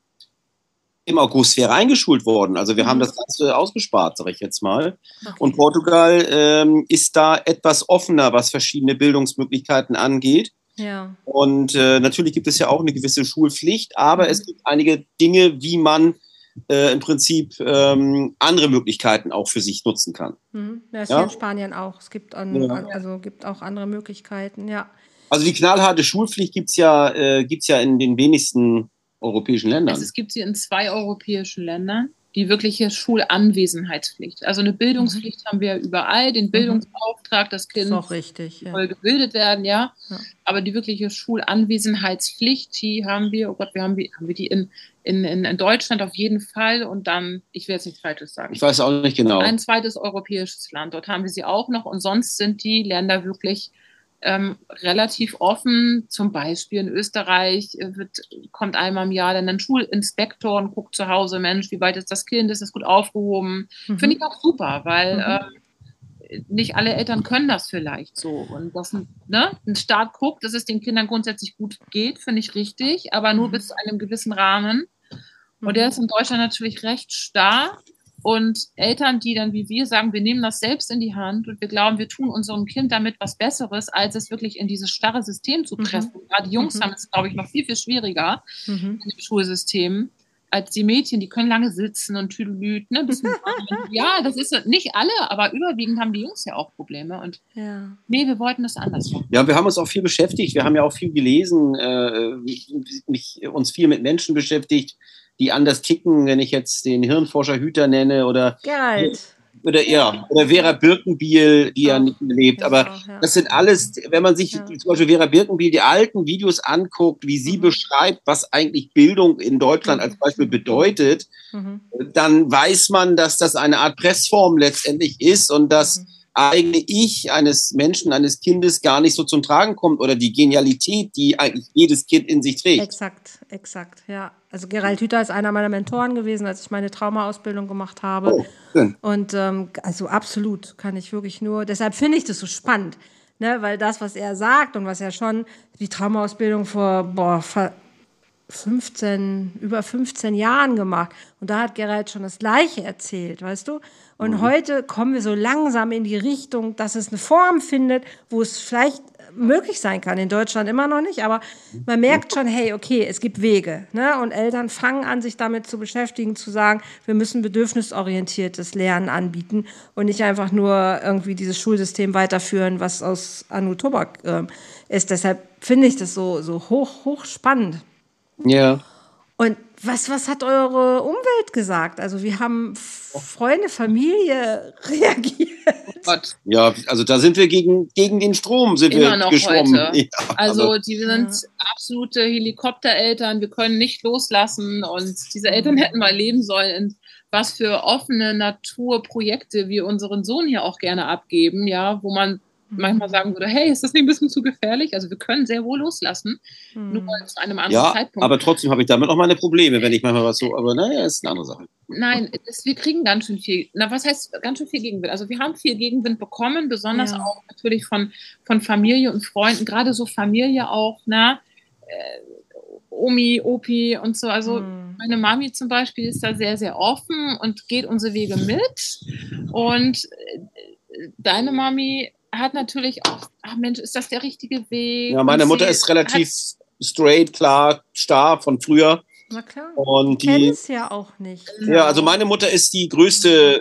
im August wäre eingeschult worden. Also wir mhm. haben das Ganze ausgespart, sage ich jetzt mal. Okay. Und Portugal äh, ist da etwas offener, was verschiedene Bildungsmöglichkeiten angeht. Ja. Und äh, natürlich gibt es ja auch eine gewisse Schulpflicht, aber mhm. es gibt einige Dinge, wie man äh, im Prinzip ähm, andere Möglichkeiten auch für sich nutzen kann. Mhm. Ja, das ist ja in Spanien auch. Es gibt, an, ja. also gibt auch andere Möglichkeiten, ja. Also die knallharte Schulpflicht gibt es ja, äh, gibt's ja in den wenigsten europäischen Ländern. Also es gibt sie in zwei europäischen Ländern, die wirkliche Schulanwesenheitspflicht. Also eine Bildungspflicht mhm. haben wir überall, den Bildungsauftrag, das Kind ist auch richtig, ja. soll gebildet werden, ja. ja. Aber die wirkliche Schulanwesenheitspflicht, die haben wir, oh Gott, wir haben, die, haben wir die in, in, in Deutschland auf jeden Fall und dann, ich will jetzt nichts Falsches sagen. Ich weiß auch nicht genau. Ein zweites europäisches Land, dort haben wir sie auch noch und sonst sind die Länder wirklich Ähm, relativ offen, zum Beispiel in Österreich wird, kommt einmal im Jahr dann ein Schulinspektor und guckt zu Hause, Mensch, wie weit ist das Kind, ist das gut aufgehoben? Mhm. Finde ich auch super, weil mhm. äh, nicht alle Eltern können das vielleicht so. Und dass ein, ne, ein Staat guckt, dass es den Kindern grundsätzlich gut geht, finde ich richtig, aber nur mhm. bis zu einem gewissen Rahmen. Und mhm. der ist in Deutschland natürlich recht starr. Und Eltern, die dann wie wir sagen, wir nehmen das selbst in die Hand und wir glauben, wir tun unserem Kind damit was Besseres, als es wirklich in dieses starre System zu pressen. Mhm. Gerade Jungs mhm. haben es, glaube ich, noch viel, viel schwieriger mhm. in dem Schulsystem als die Mädchen. Die können lange sitzen und tüdelüt, ne, bisschen ja, das ist nicht alle, aber überwiegend haben die Jungs ja auch Probleme. Und ja. nee, wir wollten das anders machen. Ja, wir haben uns auch viel beschäftigt. Wir haben ja auch viel gelesen, äh, mich, uns viel mit Menschen beschäftigt, die anders ticken, wenn ich jetzt den Hirnforscher Hüter nenne oder Gerald. Oder ja, oder Vera Birkenbiel, die ja nicht mehr lebt. Aber auch, ja. das sind alles, wenn man sich ja. zum Beispiel Vera Birkenbiel die alten Videos anguckt, wie sie mhm. beschreibt, was eigentlich Bildung in Deutschland mhm. als Beispiel bedeutet, mhm. dann weiß man, dass das eine Art Pressform letztendlich ist und dass mhm. eigene Ich eines Menschen, eines Kindes gar nicht so zum Tragen kommt oder die Genialität, die eigentlich jedes Kind in sich trägt. Exakt, exakt, ja. Also Gerald Hüther ist einer meiner Mentoren gewesen, als ich meine Traumaausbildung gemacht habe. Oh, schön. Und ähm, also absolut kann ich wirklich nur, deshalb finde ich das so spannend, ne? Weil das, was er sagt und was er schon, die Traumaausbildung vor, boah, fünfzehn, über fünfzehn Jahren gemacht. Und da hat Gerald schon das Gleiche erzählt, weißt du? Und mhm. heute kommen wir so langsam in die Richtung, dass es eine Form findet, wo es vielleicht möglich sein kann. In Deutschland immer noch nicht, aber man merkt schon, hey, okay, es gibt Wege. Ne? Und Eltern fangen an, sich damit zu beschäftigen, zu sagen, wir müssen bedürfnisorientiertes Lernen anbieten und nicht einfach nur irgendwie dieses Schulsystem weiterführen, was aus Anu Tobak äh, ist. Deshalb finde ich das so, so hoch, hoch spannend. Ja. Und was, was hat eure Umwelt gesagt? Also wie haben Freunde, Familie reagiert? Oh Gott. Ja, also da sind wir gegen, gegen den Strom sind Immer wir noch geschwommen. Heute. Ja, also die sind ja. absolute Helikoptereltern, wir können nicht loslassen und diese Eltern hätten mal leben sollen. Und was für offene Naturprojekte wir unseren Sohn hier auch gerne abgeben, ja, wo man manchmal sagen würde, hey, ist das nicht ein bisschen zu gefährlich? Also wir können sehr wohl loslassen, hm. nur zu einem anderen ja, Zeitpunkt. Aber trotzdem habe ich damit auch meine Probleme, wenn ich manchmal was so, aber naja, ist eine andere Sache. Nein, das, wir kriegen ganz schön viel, na was heißt ganz schön viel Gegenwind? Also wir haben viel Gegenwind bekommen, besonders ja. auch natürlich von, von Familie und Freunden, gerade so Familie auch, na, äh, Omi, Opi und so, also hm. meine Mami zum Beispiel ist da sehr, sehr offen und geht unsere Wege mit und äh, deine Mami hat natürlich auch, ach Mensch, ist das der richtige Weg? Ja, meine Und Mutter sie ist relativ hat, straight, klar, starr von früher. Na klar, die Und kennen die, es ja auch nicht. ja, also genau. meine Mutter ist die größte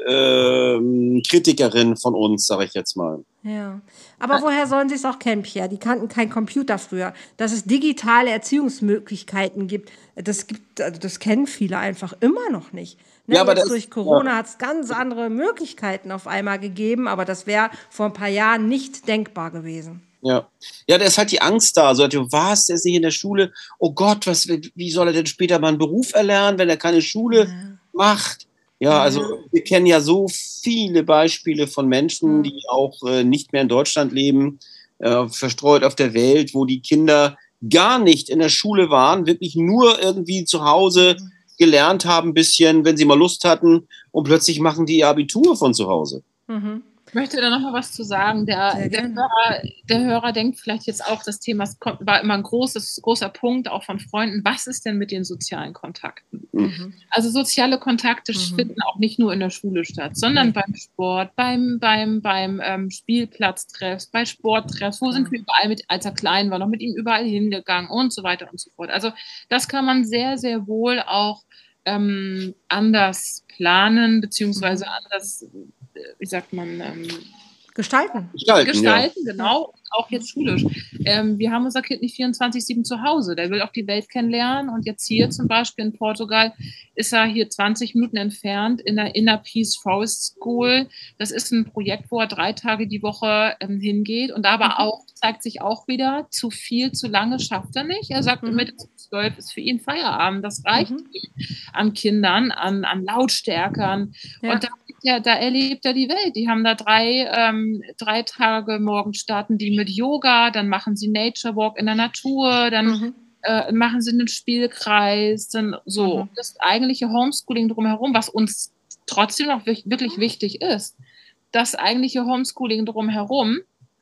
ähm, Kritikerin von uns, sage ich jetzt mal. Ja, aber woher sollen sie es auch kennen, Pierre? Die kannten keinen Computer früher. Dass es digitale Erziehungsmöglichkeiten gibt, das gibt, also das kennen viele einfach immer noch nicht. Ne, Ja, aber jetzt das, durch ja, Corona hat es ganz andere Möglichkeiten auf einmal gegeben, aber das wäre vor ein paar Jahren nicht denkbar gewesen. ja. Ja, da ist halt die Angst da. Also, was, der ist nicht in der Schule. Oh Gott, was, wie soll er denn später mal einen Beruf erlernen, wenn er keine Schule Ja, macht? Ja, ja, also ja. wir kennen ja so viele Beispiele von Menschen, Hm. die auch äh, nicht mehr in Deutschland leben, äh, verstreut auf der Welt, wo die Kinder gar nicht in der Schule waren, wirklich nur irgendwie zu Hause gelernt haben, ein bisschen, wenn sie mal Lust hatten, und plötzlich machen die ihr Abitur von zu Hause. Mhm. Ich möchte da noch mal was zu sagen. Der, Sehr der, gerne. Hörer, der Hörer denkt vielleicht jetzt auch, das Thema es kommt- war immer ein großes, großer Punkt, auch von Freunden. Was ist denn mit den sozialen Kontakten? Mhm. Also soziale Kontakte Mhm. finden auch nicht nur in der Schule statt, sondern Nee. beim Sport, beim, beim, beim ähm, Spielplatztreffs, bei Sporttreffs. Wo sind wir überall mit, als er klein war, noch mit ihm überall hingegangen und so weiter und so fort. Also das kann man sehr, sehr wohl auch ähm, anders planen, beziehungsweise anders, äh, wie sagt man, ähm, Gestalten. Gestalten, gestalten, ja. genau, auch jetzt schulisch. Ähm, wir haben unser Kind nicht vierundzwanzig sieben zu Hause. Der will auch die Welt kennenlernen. Und jetzt hier zum Beispiel in Portugal ist er hier zwanzig Minuten entfernt in der Inner Peace Forest School. Das ist ein Projekt, wo er drei Tage die Woche ähm, hingeht. Und aber Mhm. auch zeigt sich auch wieder, zu viel, zu lange schafft er nicht. Er sagt, Mhm. mit zwölf ist für ihn Feierabend. Das reicht Mhm. ihm an Kindern, an, an Lautstärke. An, Ja. Und da, ja, da erlebt er die Welt. Die haben da drei, ähm, drei Tage, morgen starten die mit Yoga, dann machen sie Nature Walk in der Natur, dann Mhm. äh, machen sie einen Spielkreis, dann so. Mhm. Das eigentliche Homeschooling drumherum, was uns trotzdem noch wich- wirklich wichtig ist, das eigentliche Homeschooling drumherum,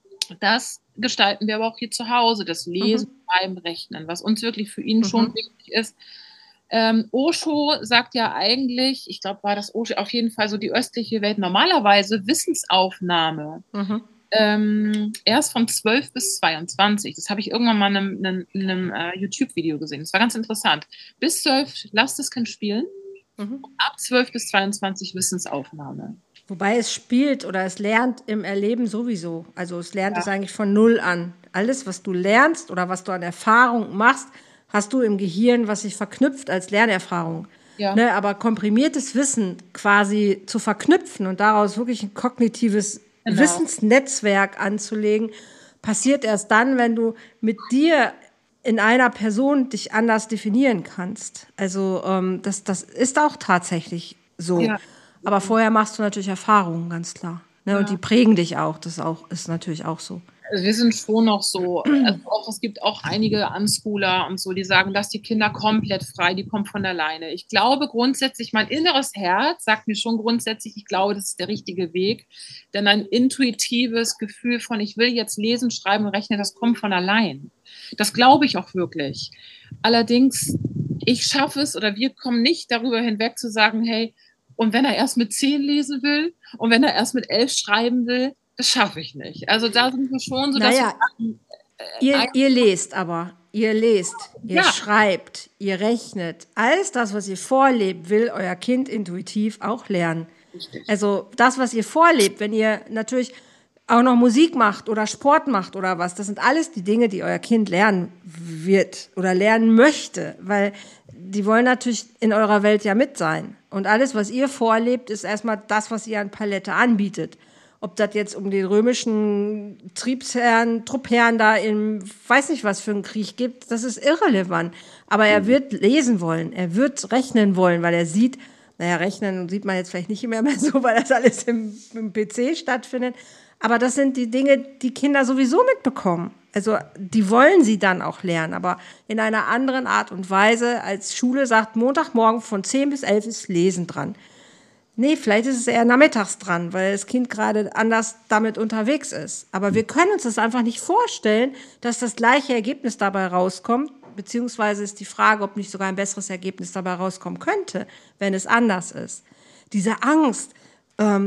das gestalten wir aber auch hier zu Hause, das Lesen, Schreiben, Rechnen, was uns wirklich für ihn schon Mhm. wichtig ist. Ähm, Osho sagt ja eigentlich, ich glaube, war das Osho, auf jeden Fall so die östliche Welt, normalerweise Wissensaufnahme Mhm. ähm, erst von zwölf bis zweiundzwanzig. Das habe ich irgendwann mal in einem, in einem, in einem äh, YouTube-Video gesehen. Das war ganz interessant. Bis zwölf lasst das Kind spielen, Mhm. ab zwölf bis zweiundzwanzig Wissensaufnahme. Wobei es spielt oder es lernt im Erleben sowieso. Also es lernt Ja. es eigentlich von null an. Alles, was du lernst oder was du an Erfahrung machst, hast du im Gehirn, was sich verknüpft als Lernerfahrung. Ja. Ne, aber komprimiertes Wissen quasi zu verknüpfen und daraus wirklich ein kognitives Genau. Wissensnetzwerk anzulegen, passiert erst dann, wenn du mit dir in einer Person dich anders definieren kannst. Also ähm, das, das ist auch tatsächlich so. Ja. Aber vorher machst du natürlich Erfahrungen, ganz klar. Ne? Und Ja. die prägen dich auch. Das auch, ist natürlich auch so. Also wir sind schon noch so, also auch, es gibt auch einige Unschooler und so, die sagen, dass die Kinder komplett frei, die kommen von alleine. Ich glaube grundsätzlich, mein inneres Herz sagt mir schon grundsätzlich, ich glaube, das ist der richtige Weg. Denn ein intuitives Gefühl von, ich will jetzt lesen, schreiben und rechnen, das kommt von allein. Das glaube ich auch wirklich. Allerdings, ich schaffe es oder wir kommen nicht darüber hinweg zu sagen, hey, und wenn er erst mit zehn lesen will und wenn er erst mit elf schreiben will, das schaffe ich nicht. Also da sind wir schon so, dass Naja, wir, ihr, ihr lest aber, ihr lest, ihr Ja. schreibt, ihr rechnet. Alles das, was ihr vorlebt, will euer Kind intuitiv auch lernen. Also das, was ihr vorlebt, wenn ihr natürlich auch noch Musik macht oder Sport macht oder was, das sind alles die Dinge, die euer Kind lernen wird oder lernen möchte, weil die wollen natürlich in eurer Welt ja mit sein. Und alles, was ihr vorlebt, ist erstmal das, was ihr an Palette anbietet. Ob das jetzt um den römischen Triebsherrn, Truppherrn da im, weiß nicht was für einen Krieg gibt, das ist irrelevant. Aber er wird lesen wollen, er wird rechnen wollen, weil er sieht, naja, rechnen sieht man jetzt vielleicht nicht mehr, mehr so, weil das alles im, im P C stattfindet. Aber das sind die Dinge, die Kinder sowieso mitbekommen. Also die wollen sie dann auch lernen, aber in einer anderen Art und Weise, als Schule sagt, Montagmorgen von zehn bis elf ist Lesen dran. Nee, vielleicht ist es eher nachmittags dran, weil das Kind gerade anders damit unterwegs ist. Aber wir können uns das einfach nicht vorstellen, dass das gleiche Ergebnis dabei rauskommt, beziehungsweise ist die Frage, ob nicht sogar ein besseres Ergebnis dabei rauskommen könnte, wenn es anders ist. Diese Angst, ähm,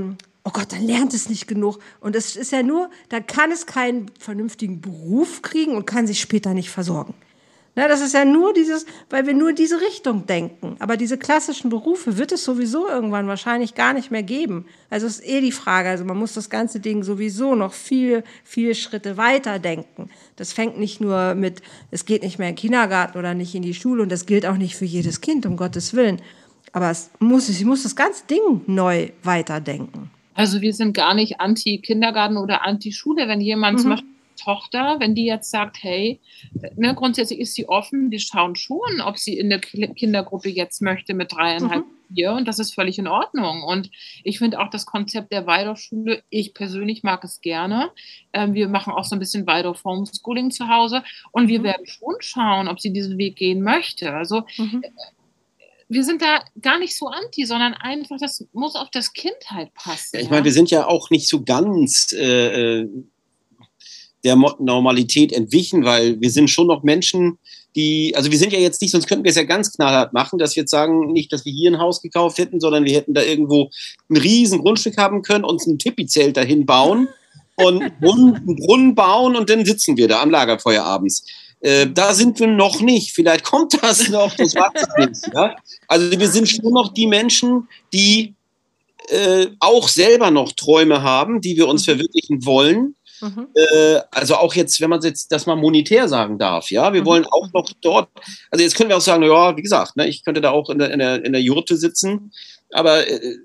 oh Gott, dann lernt es nicht genug. Und es ist ja nur, dann kann es keinen vernünftigen Beruf kriegen und kann sich später nicht versorgen. Na, das ist ja nur dieses, weil wir nur in diese Richtung denken. Aber diese klassischen Berufe wird es sowieso irgendwann wahrscheinlich gar nicht mehr geben. Also ist eh die Frage, also man muss das ganze Ding sowieso noch viel, viele Schritte weiter denken. Das fängt nicht nur mit, es geht nicht mehr in den Kindergarten oder nicht in die Schule und das gilt auch nicht für jedes Kind, um Gottes Willen. Aber es muss, ich muss das ganze Ding neu weiterdenken. Also wir sind gar nicht anti-Kindergarten oder anti-Schule. Wenn jemand, mhm. zum Beispiel Tochter, wenn die jetzt sagt, hey, ne, grundsätzlich ist sie offen, die schauen schon, ob sie in der Kindergruppe jetzt möchte mit dreieinhalb, mhm. vier und das ist völlig in Ordnung. Und ich finde auch das Konzept der Waldorfschule, ich persönlich mag es gerne. Ähm, wir machen auch so ein bisschen Waldorf Homeschooling zu Hause und wir mhm. werden schon schauen, ob sie diesen Weg gehen möchte. Also mhm. wir sind da gar nicht so anti, sondern einfach, das muss auf das Kind halt passen. Ja, ich meine, wir sind ja auch nicht so ganz äh, der Normalität entwichen, weil wir sind schon noch Menschen, die, also wir sind ja jetzt nicht, sonst könnten wir es ja ganz knallhart machen, dass wir jetzt sagen, nicht, dass wir hier ein Haus gekauft hätten, sondern wir hätten da irgendwo ein riesen Grundstück haben können, uns ein Tipi-Zelt dahin bauen und einen Brunnen bauen und dann sitzen wir da am Lagerfeuer abends. Äh, da sind wir noch nicht. Vielleicht kommt das noch, das weiß ich nicht. Ja? Also wir sind schon noch die Menschen, die äh, auch selber noch Träume haben, die wir uns verwirklichen wollen. Mhm. Äh, also auch jetzt, wenn man jetzt das mal monetär sagen darf, ja, wir mhm. wollen auch noch dort, also jetzt können wir auch sagen, ja, wie gesagt, ne, ich könnte da auch in der, in der, in der Jurte sitzen, aber äh,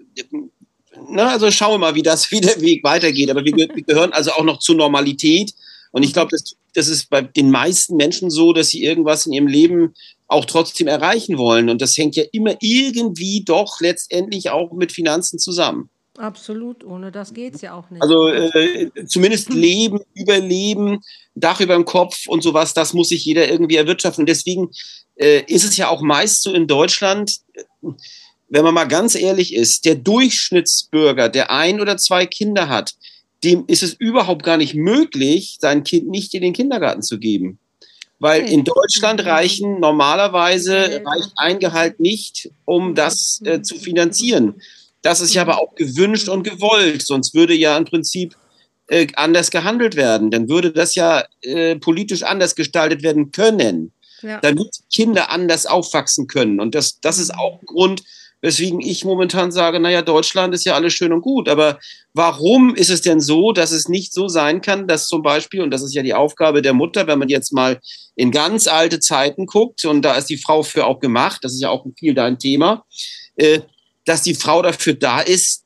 na, also schauen wir mal, wie das, wie der Weg weitergeht, aber wir, wir gehören also auch noch zur Normalität und ich glaube, das, das ist bei den meisten Menschen so, dass sie irgendwas in ihrem Leben auch trotzdem erreichen wollen und das hängt ja immer irgendwie doch letztendlich auch mit Finanzen zusammen. Absolut, ohne das geht es ja auch nicht. Also äh, zumindest Leben, Überleben, Dach über dem Kopf und sowas, das muss sich jeder irgendwie erwirtschaften. Und deswegen äh, ist es ja auch meist so in Deutschland, wenn man mal ganz ehrlich ist, der Durchschnittsbürger, der ein oder zwei Kinder hat, dem ist es überhaupt gar nicht möglich, sein Kind nicht in den Kindergarten zu geben. Weil in Deutschland reichen normalerweise, reicht ein Gehalt nicht, um das äh, zu finanzieren. Das ist ja aber auch gewünscht und gewollt, sonst würde ja im Prinzip äh, anders gehandelt werden. Dann würde das ja äh, politisch anders gestaltet werden können, ja. damit Kinder anders aufwachsen können. Und das, das ist auch ein Grund, weswegen ich momentan sage, naja, Deutschland ist ja alles schön und gut, aber warum ist es denn so, dass es nicht so sein kann, dass zum Beispiel, und das ist ja die Aufgabe der Mutter, wenn man jetzt mal in ganz alte Zeiten guckt, und da ist die Frau für auch gemacht, das ist ja auch viel dein Thema, äh, dass die Frau dafür da ist,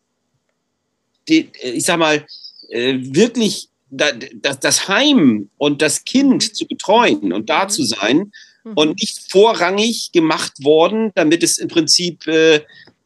die, ich sag mal, wirklich das Heim und das Kind zu betreuen und da zu sein mhm. und nicht vorrangig gemacht worden, damit es im Prinzip äh,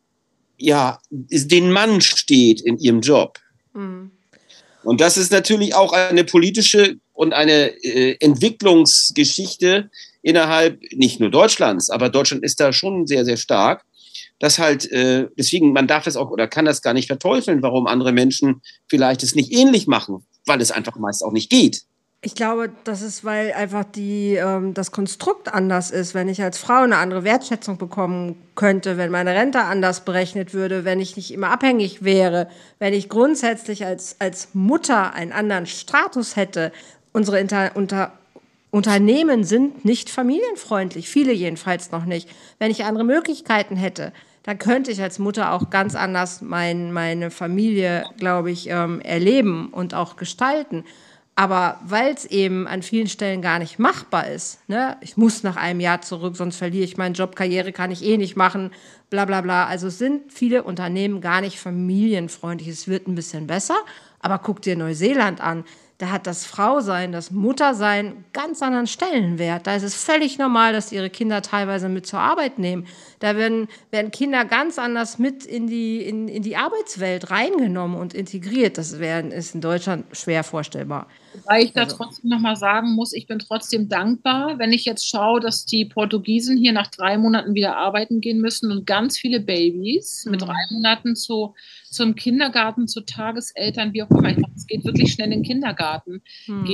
ja, den Mann steht in ihrem Job. Mhm. Und das ist natürlich auch eine politische und eine äh, Entwicklungsgeschichte innerhalb nicht nur Deutschlands, aber Deutschland ist da schon sehr, sehr stark. Das halt, äh, deswegen, man darf das auch oder kann das gar nicht verteufeln, warum andere Menschen vielleicht es nicht ähnlich machen, weil es einfach meist auch nicht geht. Ich glaube, das ist, weil einfach die, ähm, das Konstrukt anders ist. Wenn ich als Frau eine andere Wertschätzung bekommen könnte, wenn meine Rente anders berechnet würde, wenn ich nicht immer abhängig wäre, wenn ich grundsätzlich als, als Mutter einen anderen Status hätte. Unsere Inter, unter, Unternehmen sind nicht familienfreundlich, viele jedenfalls noch nicht. Wenn ich andere Möglichkeiten hätte, dann könnte ich als Mutter auch ganz anders mein, meine Familie, glaube ich, ähm, erleben und auch gestalten. Aber weil es eben an vielen Stellen gar nicht machbar ist, ne? Ich muss nach einem Jahr zurück, sonst verliere ich meinen Job, Karriere kann ich eh nicht machen, bla bla bla. Also es sind viele Unternehmen gar nicht familienfreundlich. Es wird ein bisschen besser, aber guck dir Neuseeland an. Da hat das Frausein, das Muttersein einen ganz anderen Stellenwert. Da ist es völlig normal, dass die ihre Kinder teilweise mit zur Arbeit nehmen. Da werden, werden Kinder ganz anders mit in die, in, in die Arbeitswelt reingenommen und integriert. Das wär, ist in Deutschland schwer vorstellbar. Wobei ich da also. trotzdem nochmal sagen muss, ich bin trotzdem dankbar, wenn ich jetzt schaue, dass die Portugiesen hier nach drei Monaten wieder arbeiten gehen müssen und ganz viele Babys mhm. mit drei Monaten zu, zum Kindergarten, zu Tageseltern, wie auch immer. Ich meine, es geht wirklich schnell in den Kindergarten. Mhm.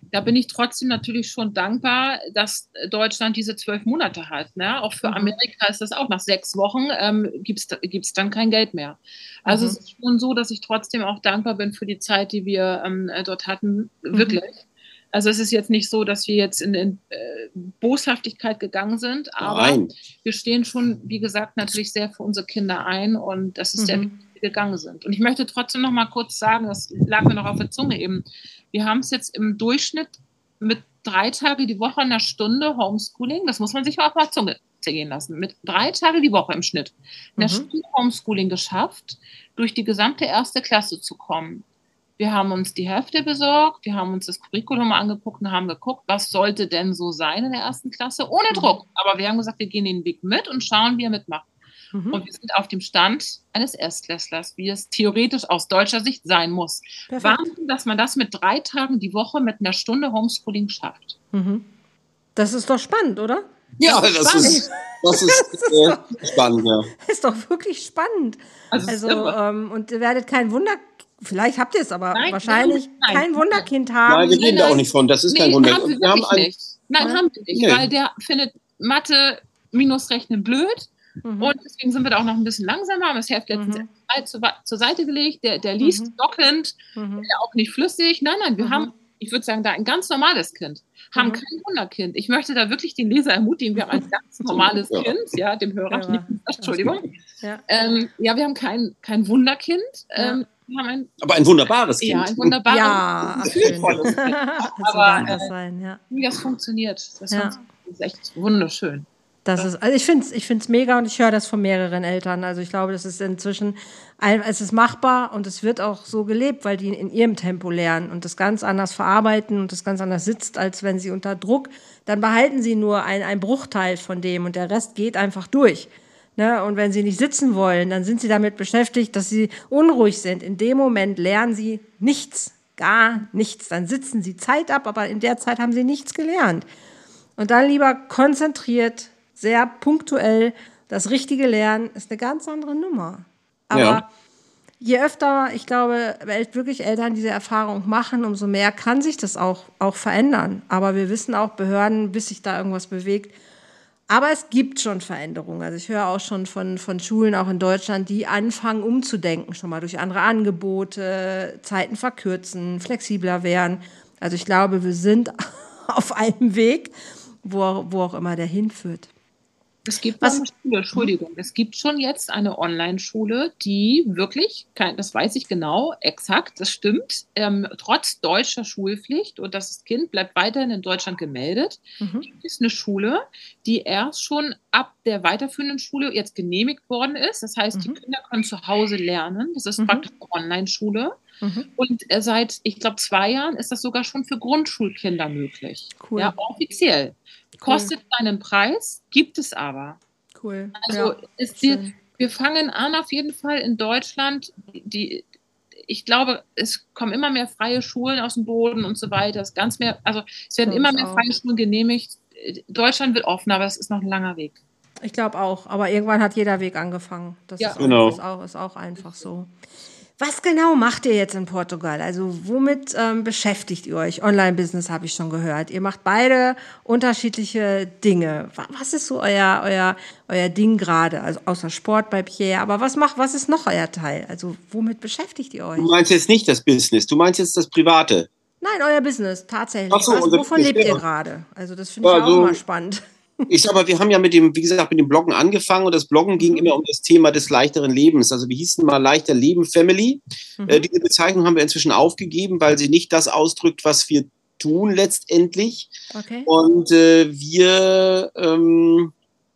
da bin ich trotzdem natürlich schon dankbar, dass Deutschland diese zwölf Monate hat. Ne? Auch für Amerika ist das auch nach sechs Wochen ähm, gibt es dann kein Geld mehr. Also mhm. es ist schon so, dass ich trotzdem auch dankbar bin für die Zeit, die wir ähm, dort hatten, wirklich. Mhm. Also es ist jetzt nicht so, dass wir jetzt in, in äh, Boshaftigkeit gegangen sind, aber Nein. wir stehen schon, wie gesagt, natürlich sehr für unsere Kinder ein und das ist mhm. sehr wichtig, wie wir gegangen sind. Und ich möchte trotzdem noch mal kurz sagen, das lag mir noch auf der Zunge eben, wir haben es jetzt im Durchschnitt mit drei Tage die Woche einer Stunde Homeschooling, das muss man sich auch auf der Zunge zergehen lassen, mit drei Tage die Woche im Schnitt in der mhm. Stunde Homeschooling geschafft, durch die gesamte erste Klasse zu kommen. Wir haben uns die Hefte besorgt, wir haben uns das Curriculum angeguckt und haben geguckt, was sollte denn so sein in der ersten Klasse, ohne Druck. Aber wir haben gesagt, wir gehen den Weg mit und schauen, wie er mitmacht. Mhm. Und wir sind auf dem Stand eines Erstklässlers, wie es theoretisch aus deutscher Sicht sein muss. Perfekt. Wahnsinn, dass man das mit drei Tagen die Woche mit einer Stunde Homeschooling schafft. Mhm. Das ist doch spannend, oder? Ja, das, das ist, das ist, das ist äh, spannend. Ja. Das ist doch wirklich spannend. Also, also ähm, und ihr werdet kein Wunder... Vielleicht habt ihr es, aber nein, wahrscheinlich nein, kein Wunderkind haben. Nein, wir reden da auch nicht von. Das ist nee, kein Wunderkind. Haben wir, wir haben ein, nicht. Nein, ja? haben wir nicht, nee. weil der findet Mathe minus Rechnen blöd. Mhm. Und deswegen sind wir da auch noch ein bisschen langsamer. Haben das Heft letztens mhm. zur, zur Seite gelegt. Der, der liest mhm. stockend, mhm. auch nicht flüssig. Nein, nein, wir mhm. haben, ich würde sagen, da ein ganz normales Kind. Haben mhm. kein Wunderkind. Ich möchte da wirklich den Leser ermutigen, wir haben ein ganz normales ja. Kind, ja, dem Hörer, ja. Entschuldigung. Ja, ähm, ja wir haben kein, kein Wunderkind. Ja. Ähm, Ein, aber ein wunderbares Kind. Ja, ein wunderbares, ja, gefühlvolles Kind. Aber das, äh, sein, ja. wie das funktioniert, das ja. ist echt wunderschön. Das ist, also ich finde es ich find's mega und ich höre das von mehreren Eltern. Also ich glaube, das ist inzwischen, es ist machbar und es wird auch so gelebt, weil die in ihrem Tempo lernen und das ganz anders verarbeiten und das ganz anders sitzt, als wenn sie unter Druck, dann behalten sie nur ein, ein Bruchteil von dem und der Rest geht einfach durch. Ne? Und wenn sie nicht sitzen wollen, dann sind sie damit beschäftigt, dass sie unruhig sind. In dem Moment lernen sie nichts, gar nichts. Dann sitzen sie Zeit ab, aber in der Zeit haben sie nichts gelernt. Und dann lieber konzentriert, sehr punktuell, das richtige Lernen ist eine ganz andere Nummer. Aber ja. je öfter, ich glaube, wirklich Eltern diese Erfahrung machen, umso mehr kann sich das auch, auch verändern. Aber wir wissen auch, Behörden, bis sich da irgendwas bewegt. Aber es gibt schon Veränderungen. Also ich höre auch schon von, von Schulen, auch in Deutschland, die anfangen umzudenken, schon mal durch andere Angebote, Zeiten verkürzen, flexibler werden. Also ich glaube, wir sind auf einem Weg, wo, wo auch immer der hinführt. Es gibt Was? eine Schule, Entschuldigung, es gibt schon jetzt eine Online-Schule, die wirklich, das weiß ich genau, exakt, das stimmt, ähm, trotz deutscher Schulpflicht und das Kind bleibt weiterhin in Deutschland gemeldet, mhm. gibt es eine Schule, die erst schon ab der weiterführenden Schule jetzt genehmigt worden ist. Das heißt, mhm. die Kinder können zu Hause lernen. Das ist mhm. praktisch eine Online-Schule. Mhm. Und seit, ich glaube, zwei Jahren ist das sogar schon für Grundschulkinder möglich. Cool. Ja, offiziell. Kostet cool. einen Preis, gibt es aber. Cool. Also ja, ist die, wir fangen an auf jeden Fall in Deutschland, die, ich glaube, es kommen immer mehr freie Schulen aus dem Boden und so weiter. Es, ganz mehr, also es werden immer mehr auch. freie Schulen genehmigt. Deutschland wird offener, aber es ist noch ein langer Weg. Ich glaube auch, aber irgendwann hat jeder Weg angefangen. Das ja. ist, auch, genau. ist, auch, ist auch einfach so. Was genau macht ihr jetzt in Portugal? Also womit ähm, beschäftigt ihr euch? Online-Business habe ich schon gehört. Ihr macht beide unterschiedliche Dinge. Was ist so euer, euer, euer Ding gerade? Also außer Sport bei Pierre. Aber was macht, was ist noch euer Teil? Also womit beschäftigt ihr euch? Du meinst jetzt nicht das Business, du meinst jetzt das Private. Nein, euer Business, tatsächlich. Ach so, was, wovon lebt ihr gerade? Also das finde ich ja, auch so, immer spannend. Ich sag mal, wir haben ja mit dem, wie gesagt, mit dem Bloggen angefangen und das Bloggen ging mhm. immer um das Thema des leichteren Lebens. Also wir hießen mal Leichter Leben Family. Mhm. Äh, diese Bezeichnung haben wir inzwischen aufgegeben, weil sie nicht das ausdrückt, was wir tun letztendlich. Okay. Und äh, wir ähm,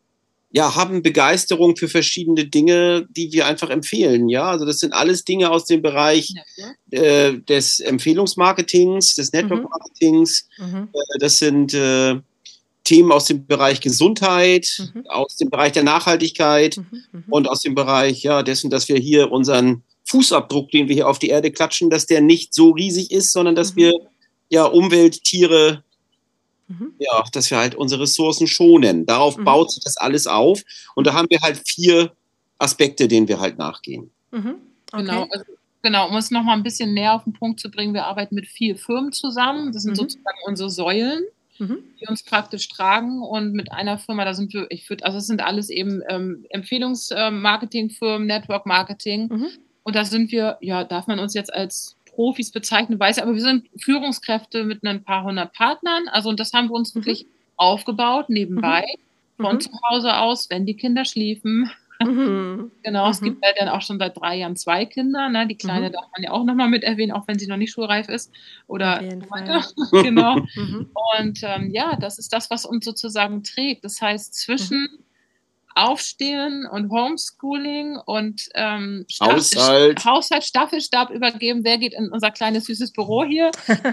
ja, haben Begeisterung für verschiedene Dinge, die wir einfach empfehlen. Ja, also das sind alles Dinge aus dem Bereich äh, des Empfehlungsmarketings, des Network-Marketings. Mhm. Äh, das sind äh, Themen aus dem Bereich Gesundheit, mhm. aus dem Bereich der Nachhaltigkeit mhm, mh. und aus dem Bereich ja, dessen, dass wir hier unseren Fußabdruck, den wir hier auf die Erde klatschen, dass der nicht so riesig ist, sondern dass mhm. wir ja Umwelt, Tiere, mhm. ja, dass wir halt unsere Ressourcen schonen. Darauf mhm. baut sich das alles auf. Und da haben wir halt vier Aspekte, denen wir halt nachgehen. Mhm. Okay. Genau. Also Genau, um es nochmal ein bisschen näher auf den Punkt zu bringen, wir arbeiten mit vier Firmen zusammen. Das sind mhm. sozusagen unsere Säulen, mhm. die uns praktisch tragen. Und mit einer Firma, da sind wir, ich würde, also es sind alles eben ähm, Empfehlungsmarketingfirmen, Network Marketing. Mhm. Und da sind wir, ja, darf man uns jetzt als Profis bezeichnen, weiß ich, aber wir sind Führungskräfte mit ein paar hundert Partnern. Also und das haben wir uns mhm. wirklich aufgebaut, nebenbei, mhm. von mhm. zu Hause aus, wenn die Kinder schliefen. Mhm. Genau, mhm. es gibt ja dann auch schon seit drei Jahren zwei Kinder. Ne? Die Kleine mhm. darf man ja auch nochmal mit erwähnen, auch wenn sie noch nicht schulreif ist. Oder so weiter. Genau. Mhm. Und ähm, ja, das ist das, was uns sozusagen trägt. Das heißt, zwischen mhm. Aufstehen und Homeschooling und ähm, Haushalt. Haushalt, Staffelstab übergeben. Wer geht in unser kleines, süßes Büro hier?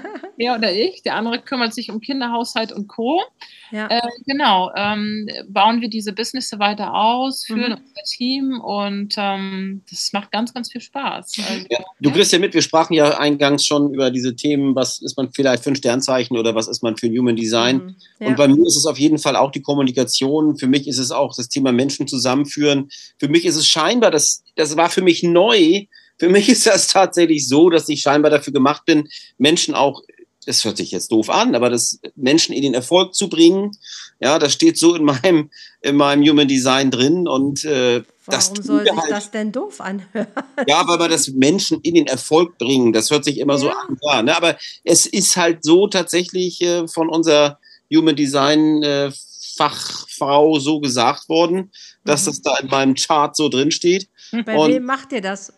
Er oder ich. Der andere kümmert sich um Kinder, Haushalt und Co. Ja. Äh, genau. Ähm, bauen wir diese Business weiter aus, führen mhm. unser Team und ähm, das macht ganz, ganz viel Spaß. Also, ja. Du kriegst ja mit, wir sprachen ja eingangs schon über diese Themen, was ist man vielleicht für ein Sternzeichen oder was ist man für ein Human Design. Mhm. Ja. Und bei mir ist es auf jeden Fall auch die Kommunikation. Für mich ist es auch das Thema Menschen zusammenführen. Für mich ist es scheinbar, das, das war für mich neu. Für mich ist das tatsächlich so, dass ich scheinbar dafür gemacht bin, Menschen auch, das hört sich jetzt doof an, aber das Menschen in den Erfolg zu bringen, ja, das steht so in meinem, in meinem Human Design drin. Und äh, warum das soll sich halt, das denn doof anhören? Ja, weil wir das Menschen in den Erfolg bringen. Das hört sich immer ja. so an. Ja, ne? Aber es ist halt so tatsächlich äh, von unserer Human Design äh, Fachfrau so gesagt worden, dass mhm. das da in meinem Chart so drin steht. Bei Und, wem macht ihr das?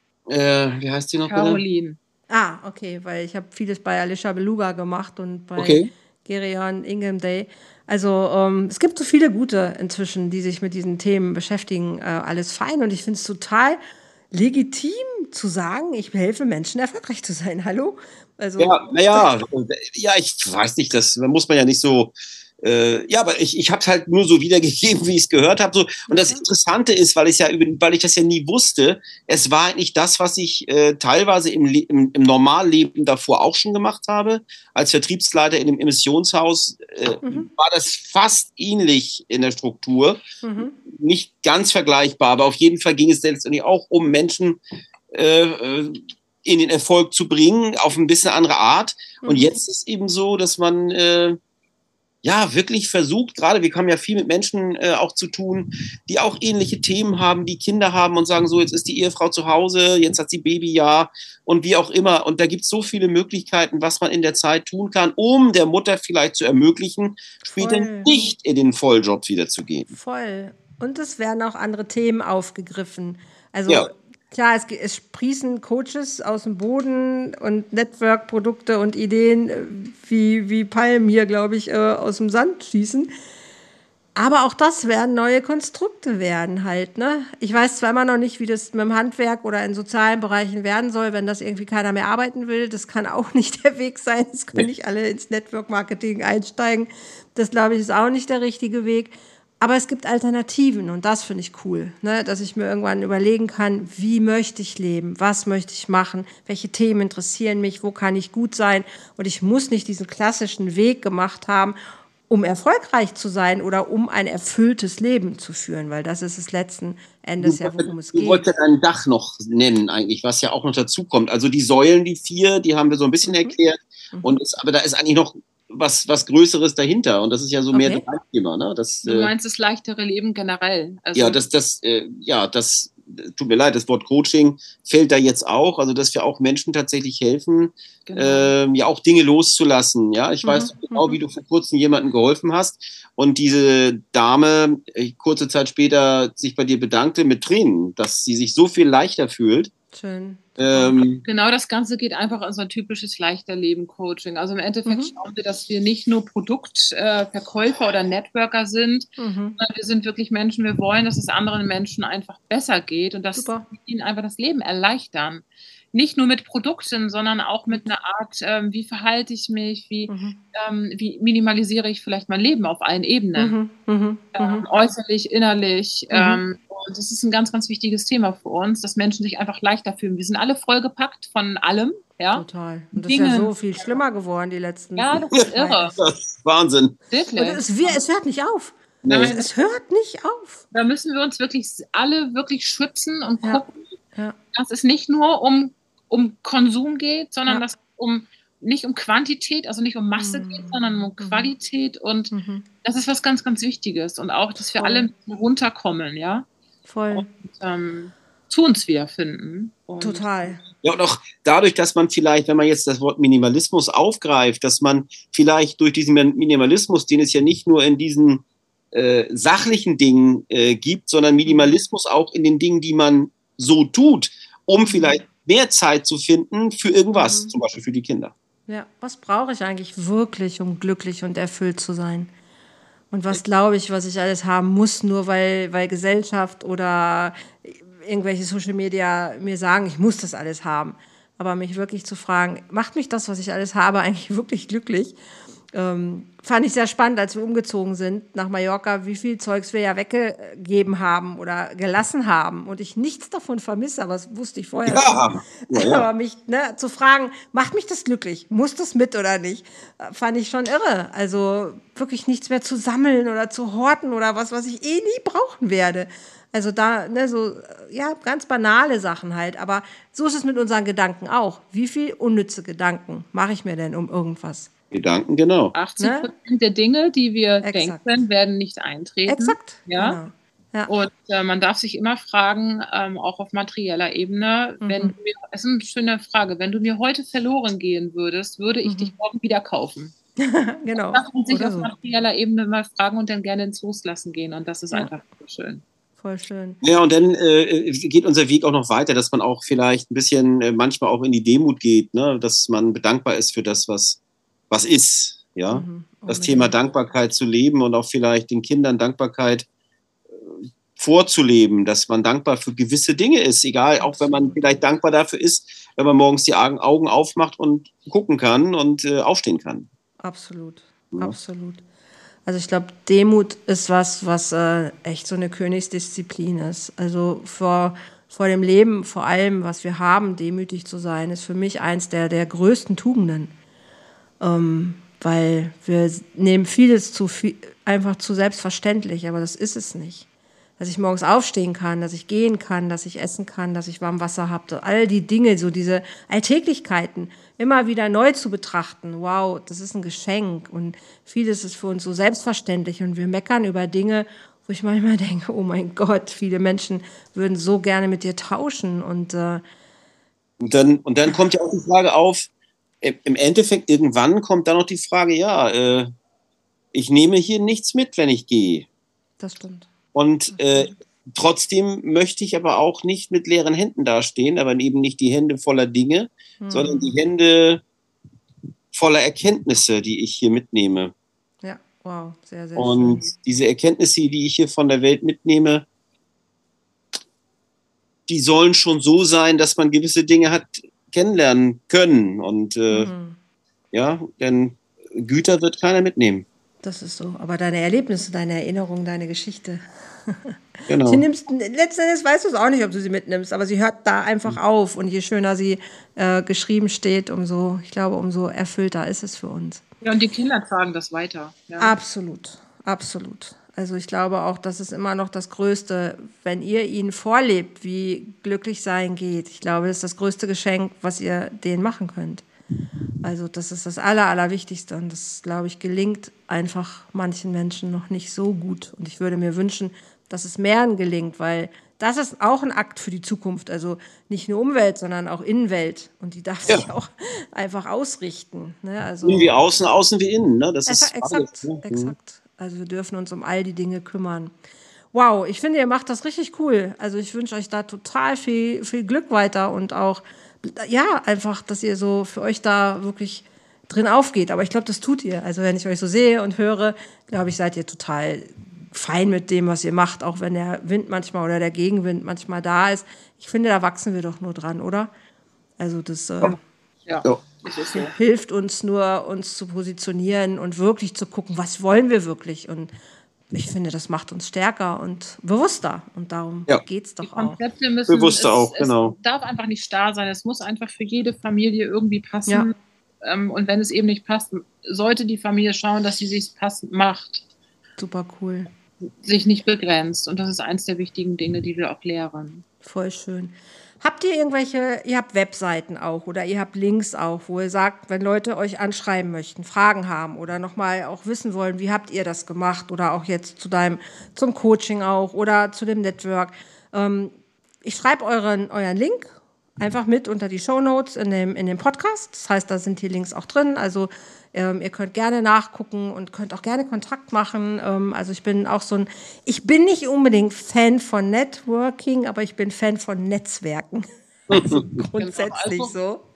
Äh, wie heißt die noch? Caroline. Ah, okay, weil ich habe vieles bei Alicia Beluga gemacht und bei okay. Gerion Ingham Day. Also ähm, es gibt so viele gute inzwischen, die sich mit diesen Themen beschäftigen. Äh, alles fein und ich finde es total legitim zu sagen, ich helfe Menschen erfolgreich zu sein. Hallo? Also, ja, naja, ja, ich weiß nicht, das muss man ja nicht so. Äh, ja, aber ich, ich habe es halt nur so wiedergegeben, wie ich es gehört habe. So. Und das Interessante ist, weil ich ja weil ich das ja nie wusste, es war eigentlich das, was ich äh, teilweise im, im, im Normalleben davor auch schon gemacht habe. Als Vertriebsleiter in einem Emissionshaus äh, mhm. war das fast ähnlich in der Struktur. Mhm. Nicht ganz vergleichbar, aber auf jeden Fall ging es letztendlich auch um Menschen äh, in den Erfolg zu bringen, auf ein bisschen andere Art. Mhm. Und jetzt ist eben so, dass man äh, ja, wirklich versucht, gerade wir haben ja viel mit Menschen äh, auch zu tun, die auch ähnliche Themen haben, die Kinder haben und sagen so, jetzt ist die Ehefrau zu Hause, jetzt hat sie Babyjahr und wie auch immer. Und da gibt es so viele Möglichkeiten, was man in der Zeit tun kann, um der Mutter vielleicht zu ermöglichen, später Voll. nicht in den Volljob wieder zu gehen. Voll. Und es werden auch andere Themen aufgegriffen. Also ja. Klar, es, es sprießen Coaches aus dem Boden und Network-Produkte und Ideen wie, wie Palmen hier, glaube ich, äh, aus dem Sand schießen. Aber auch das werden neue Konstrukte werden halt, ne? Ich weiß zwar immer noch nicht, wie das mit dem Handwerk oder in sozialen Bereichen werden soll, wenn das irgendwie keiner mehr arbeiten will. Das kann auch nicht der Weg sein. Es können nicht alle ins Network-Marketing einsteigen. Das, glaube ich, ist auch nicht der richtige Weg. Aber es gibt Alternativen und das finde ich cool, ne? Dass ich mir irgendwann überlegen kann, wie möchte ich leben, was möchte ich machen, welche Themen interessieren mich, wo kann ich gut sein und ich muss nicht diesen klassischen Weg gemacht haben, um erfolgreich zu sein oder um ein erfülltes Leben zu führen, weil das ist es letzten Endes du, ja, worum es du geht. Du wolltest ein Dach noch nennen eigentlich, was ja auch noch dazu kommt. Also die Säulen, die vier, die haben wir so ein bisschen mhm. erklärt, mhm. und es, aber da ist eigentlich noch was, was Größeres dahinter und das ist ja so okay. mehr das Thema. Ne? Das, du meinst das leichtere Leben generell? Also ja, das, das, äh, ja, das tut mir leid, das Wort Coaching fällt da jetzt auch, also dass wir auch Menschen tatsächlich helfen, genau. ähm, ja auch Dinge loszulassen. Ja, ich mhm. weiß genau, mhm. wie du vor kurzem jemandem geholfen hast und diese Dame äh, kurze Zeit später sich bei dir bedankte mit Tränen, dass sie sich so viel leichter fühlt. Schön. Ähm, genau, das Ganze geht einfach in so ein typisches Leichterleben-Coaching. Also im Endeffekt mhm. schauen wir, dass wir nicht nur Produktverkäufer äh, oder Networker sind, mhm. sondern wir sind wirklich Menschen, wir wollen, dass es anderen Menschen einfach besser geht und dass Super. ihnen einfach das Leben erleichtern. Nicht nur mit Produkten, sondern auch mit einer Art, ähm, wie verhalte ich mich, wie, mhm. ähm, wie minimalisiere ich vielleicht mein Leben auf allen Ebenen. Mhm. Mhm. Ähm, äußerlich, innerlich. Mhm. Ähm, und das ist ein ganz, ganz wichtiges Thema für uns, dass Menschen sich einfach leichter fühlen. Wir sind alle vollgepackt von allem. Ja? Total. Und das Dinge. ist ja so viel schlimmer geworden, die letzten Ja, das ist irre. Das ist Wahnsinn. Wirklich. Und es, wir, es hört nicht auf. Nee. Es, es hört nicht auf. Da müssen wir uns wirklich alle wirklich schützen und gucken, ja. Ja. dass es nicht nur um um Konsum geht, sondern Ja. dass es um, nicht um Quantität, also nicht um Masse Mhm. geht, sondern um Qualität. Und Mhm. das ist was ganz, ganz Wichtiges. Und auch, dass wir Voll. alle ein bisschen runterkommen, ja. Voll. Und ähm, zu uns wiederfinden. Und Total. Ja, und auch dadurch, dass man vielleicht, wenn man jetzt das Wort Minimalismus aufgreift, dass man vielleicht durch diesen Minimalismus, den es ja nicht nur in diesen äh, sachlichen Dingen äh, gibt, sondern Minimalismus auch in den Dingen, die man so tut, um vielleicht mehr Zeit zu finden für irgendwas, Mhm. zum Beispiel für die Kinder. Ja, was brauche ich eigentlich wirklich, um glücklich und erfüllt zu sein? Und was glaube ich, was ich alles haben muss, nur weil, weil Gesellschaft oder irgendwelche Social Media mir sagen, ich muss das alles haben. Aber mich wirklich zu fragen, macht mich das, was ich alles habe, eigentlich wirklich glücklich? Ähm, fand ich sehr spannend, als wir umgezogen sind nach Mallorca, wie viel Zeugs wir ja weggegeben haben oder gelassen haben und ich nichts davon vermisse, aber das wusste ich vorher schon. Ja, ja, ja. Aber mich ne, zu fragen, macht mich das glücklich? Muss das mit oder nicht? äh, Fand ich schon irre. Also wirklich nichts mehr zu sammeln oder zu horten oder was, was ich eh nie brauchen werde. Also da, ne, so, äh, ja, ganz banale Sachen halt. Aber so ist es mit unseren Gedanken auch. Wie viel unnütze Gedanken mache ich mir denn um irgendwas? Gedanken, genau. achtzig Prozent der Dinge, die wir Exakt. denken, werden nicht eintreten. Exakt, Ja. genau. Ja. Und äh, man darf sich immer fragen, ähm, auch auf materieller Ebene, wenn du mir, es ist eine schöne Frage, wenn du mir heute verloren gehen würdest, würde ich dich morgen wieder kaufen. Genau. Darf man sich Oder auf so. materieller Ebene mal fragen und dann gerne ins Loslassen gehen. Und das ist Ja. einfach so schön. Voll schön. Ja, und dann äh, geht unser Weg auch noch weiter, dass man auch vielleicht ein bisschen äh, manchmal auch in die Demut geht, ne? Dass man bedankbar ist für das, was, was ist. Ja, Mhm, das unbedingt. Thema Dankbarkeit zu leben und auch vielleicht den Kindern Dankbarkeit äh, vorzuleben, dass man dankbar für gewisse Dinge ist, egal, auch wenn man vielleicht dankbar dafür ist, wenn man morgens die Augen Augen aufmacht und gucken kann und äh, aufstehen kann. Absolut, Ja. absolut. Also ich glaube, Demut ist was, was äh, echt so eine Königsdisziplin ist. Also vor, vor dem Leben, vor allem, was wir haben, demütig zu sein, ist für mich eins der, der größten Tugenden. Ähm, weil wir nehmen vieles zu viel, einfach zu selbstverständlich, aber das ist es nicht. Dass ich morgens aufstehen kann, dass ich gehen kann, dass ich essen kann, dass ich warm Wasser habe, all die Dinge, so diese Alltäglichkeiten immer wieder neu zu betrachten. Wow, das ist ein Geschenk und vieles ist für uns so selbstverständlich und wir meckern über Dinge, wo ich manchmal denke, oh mein Gott, viele Menschen würden so gerne mit dir tauschen und äh, Und dann, und dann kommt ja auch die Frage auf, äh, im Endeffekt irgendwann kommt dann noch die Frage, ja, äh, ich nehme hier nichts mit, wenn ich gehe. das stimmt. Und äh, trotzdem möchte ich aber auch nicht mit leeren Händen dastehen, aber eben nicht die Hände voller Dinge, Hm. sondern die Hände voller Erkenntnisse, die ich hier mitnehme. Ja, wow, sehr, sehr Und schön. diese Erkenntnisse, die ich hier von der Welt mitnehme, die sollen schon so sein, dass man gewisse Dinge hat kennenlernen können. Und äh, Mhm. ja, denn Güter wird keiner mitnehmen. Das ist so. Aber deine Erlebnisse, deine Erinnerungen, deine Geschichte. Genau. Sie nimmst, letzten Endes weißt du es auch nicht, ob du sie mitnimmst, aber sie hört da einfach auf. Und je schöner sie äh, geschrieben steht, umso, ich glaube, umso erfüllter ist es für uns. Ja, und die Kinder tragen das weiter. Ja. Absolut, absolut. Also ich glaube auch, das ist immer noch das Größte, wenn ihr ihnen vorlebt, wie glücklich sein geht. Ich glaube, das ist das größte Geschenk, was ihr denen machen könnt. Also das ist das Aller, Allerwichtigste und das, glaube ich, gelingt einfach manchen Menschen noch nicht so gut. Und ich würde mir wünschen, dass es mehreren gelingt, weil das ist auch ein Akt für die Zukunft. Also nicht nur Umwelt, sondern auch Innenwelt. Und die darf Ja. sich auch einfach ausrichten. Ne? Also, Innen wie außen, außen wie innen. Ne? Das ist exakt, beides, ne? exakt. Also wir dürfen uns um all die Dinge kümmern. Wow, ich finde, ihr macht das richtig cool. Also ich wünsche euch da total viel, viel Glück weiter und auch, ja, einfach, dass ihr so für euch da wirklich drin aufgeht. Aber ich glaube, das tut ihr. Also wenn ich euch so sehe und höre, glaube ich, seid ihr total fein mit dem, was ihr macht, auch wenn der Wind manchmal oder der Gegenwind manchmal da ist. Ich finde, da wachsen wir doch nur dran, oder? Also das äh, Ja, Ja. das ist so. hilft uns nur, uns zu positionieren und wirklich zu gucken, was wollen wir wirklich. Und ich finde, das macht uns stärker und bewusster. Und darum Ja. geht es Die doch auch. Konzepte müssen, Bewusster es, auch, genau. Es darf einfach nicht starr sein. Es muss einfach für jede Familie irgendwie passen. Ja. Ähm, und wenn es eben nicht passt, sollte die Familie schauen, dass sie sich passend macht, Super cool. sich nicht begrenzt. Und das ist eins der wichtigen Dinge, die wir auch lehren. Voll schön. Habt ihr irgendwelche, ihr habt Webseiten auch oder ihr habt Links auch, wo ihr sagt, wenn Leute euch anschreiben möchten, Fragen haben oder nochmal auch wissen wollen, wie habt ihr das gemacht oder auch jetzt zu deinem, zum Coaching auch oder zu dem Network. Ähm, ich schreibe euren, euren Link einfach mit unter die Shownotes in dem, in dem Podcast. Das heißt, da sind die Links auch drin. Also ähm, ihr könnt gerne nachgucken und könnt auch gerne Kontakt machen. Ähm, also ich bin auch so ein, ich bin nicht unbedingt Fan von Networking, aber ich bin Fan von Netzwerken. Also grundsätzlich genau, also, so.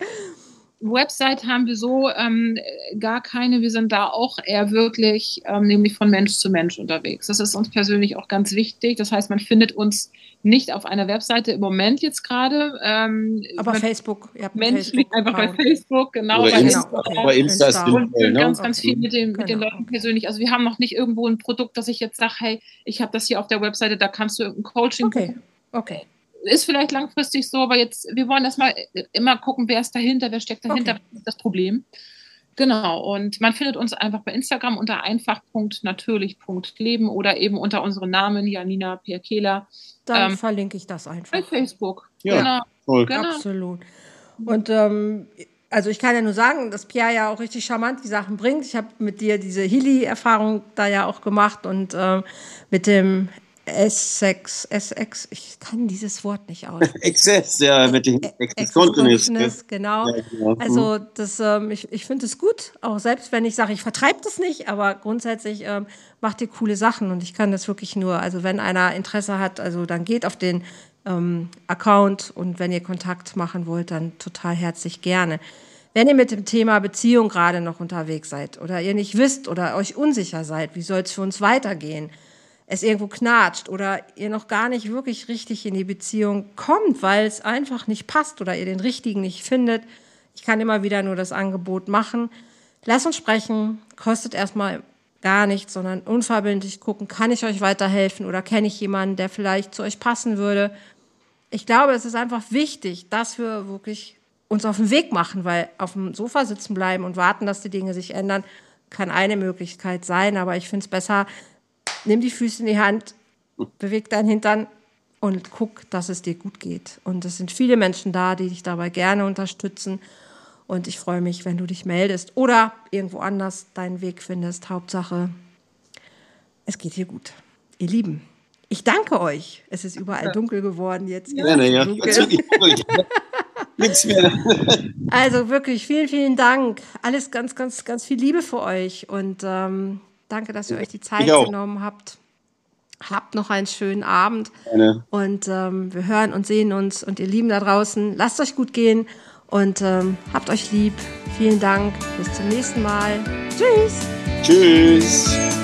Website haben wir so ähm, gar keine. Wir sind da auch eher wirklich ähm, nämlich von Mensch zu Mensch unterwegs. Das ist uns persönlich auch ganz wichtig. Das heißt, man findet uns nicht auf einer Webseite im Moment jetzt gerade. Ähm, aber Facebook. Ihr habt menschlich Facebook einfach bei Facebook, genau. Oder Bei Insta, genau, okay. aber Insta ist Insta. sinnvoll, und ne? ganz, ganz Okay. viel mit, dem, mit den Genau, Leuten okay. persönlich. Also wir haben noch nicht irgendwo ein Produkt, dass ich jetzt sage, hey, ich habe das hier auf der Webseite, da kannst du irgendein Coaching Okay, buchen. okay. Ist vielleicht langfristig so, aber jetzt, wir wollen erstmal immer gucken, wer ist dahinter, wer steckt dahinter, Okay. was ist das Problem. Genau, und man findet uns einfach bei Instagram unter einfach punkt natürlich punkt leben oder eben unter unseren Namen Janina Pierkela. Dann ähm, verlinke ich das einfach. Bei Facebook. Ja, Genau. toll. Genau. Absolut. Und ähm, also ich kann ja nur sagen, dass Pia ja auch richtig charmant die Sachen bringt. Ich habe mit dir diese Hili-Erfahrung da ja auch gemacht und ähm, mit dem S sechs, S X, ich kann dieses Wort nicht aussprechen. Access, ja, mit dem Access Consciousness. Consciousness, genau. Ja, genau. Also das, ähm, ich, ich finde es gut, auch selbst wenn ich sage, ich vertreibe das nicht, aber grundsätzlich ähm, macht ihr coole Sachen und ich kann das wirklich nur, also wenn einer Interesse hat, also dann geht auf den ähm, Account und wenn ihr Kontakt machen wollt, dann total herzlich gerne. Wenn ihr mit dem Thema Beziehung gerade noch unterwegs seid oder ihr nicht wisst oder euch unsicher seid, wie soll es für uns weitergehen, es irgendwo knatscht oder ihr noch gar nicht wirklich richtig in die Beziehung kommt, weil es einfach nicht passt oder ihr den richtigen nicht findet, ich kann immer wieder nur das Angebot machen. Lasst uns sprechen, kostet erstmal gar nichts, sondern unverbindlich gucken, kann ich euch weiterhelfen oder kenne ich jemanden, der vielleicht zu euch passen würde. Ich glaube, es ist einfach wichtig, dass wir wirklich uns auf den Weg machen, weil auf dem Sofa sitzen bleiben und warten, dass die Dinge sich ändern, kann eine Möglichkeit sein, aber ich finde es besser, nimm die Füße in die Hand, beweg deinen Hintern und guck, dass es dir gut geht. Und es sind viele Menschen da, die dich dabei gerne unterstützen. Und ich freue mich, wenn du dich meldest oder irgendwo anders deinen Weg findest. Hauptsache, es geht dir gut. Ihr Lieben, ich danke euch. Es ist überall dunkel geworden jetzt. Ihr Gerne, ja. dunkel. Nichts mehr. Also wirklich vielen, vielen Dank. Alles ganz, ganz, ganz viel Liebe für euch. Und ähm, danke, dass ihr euch die Zeit genommen habt. Habt noch einen schönen Abend. Gerne. Und ähm, wir hören und sehen uns. Und ihr Lieben da draußen, lasst euch gut gehen und ähm, habt euch lieb. Vielen Dank. Bis zum nächsten Mal. Tschüss. Tschüss.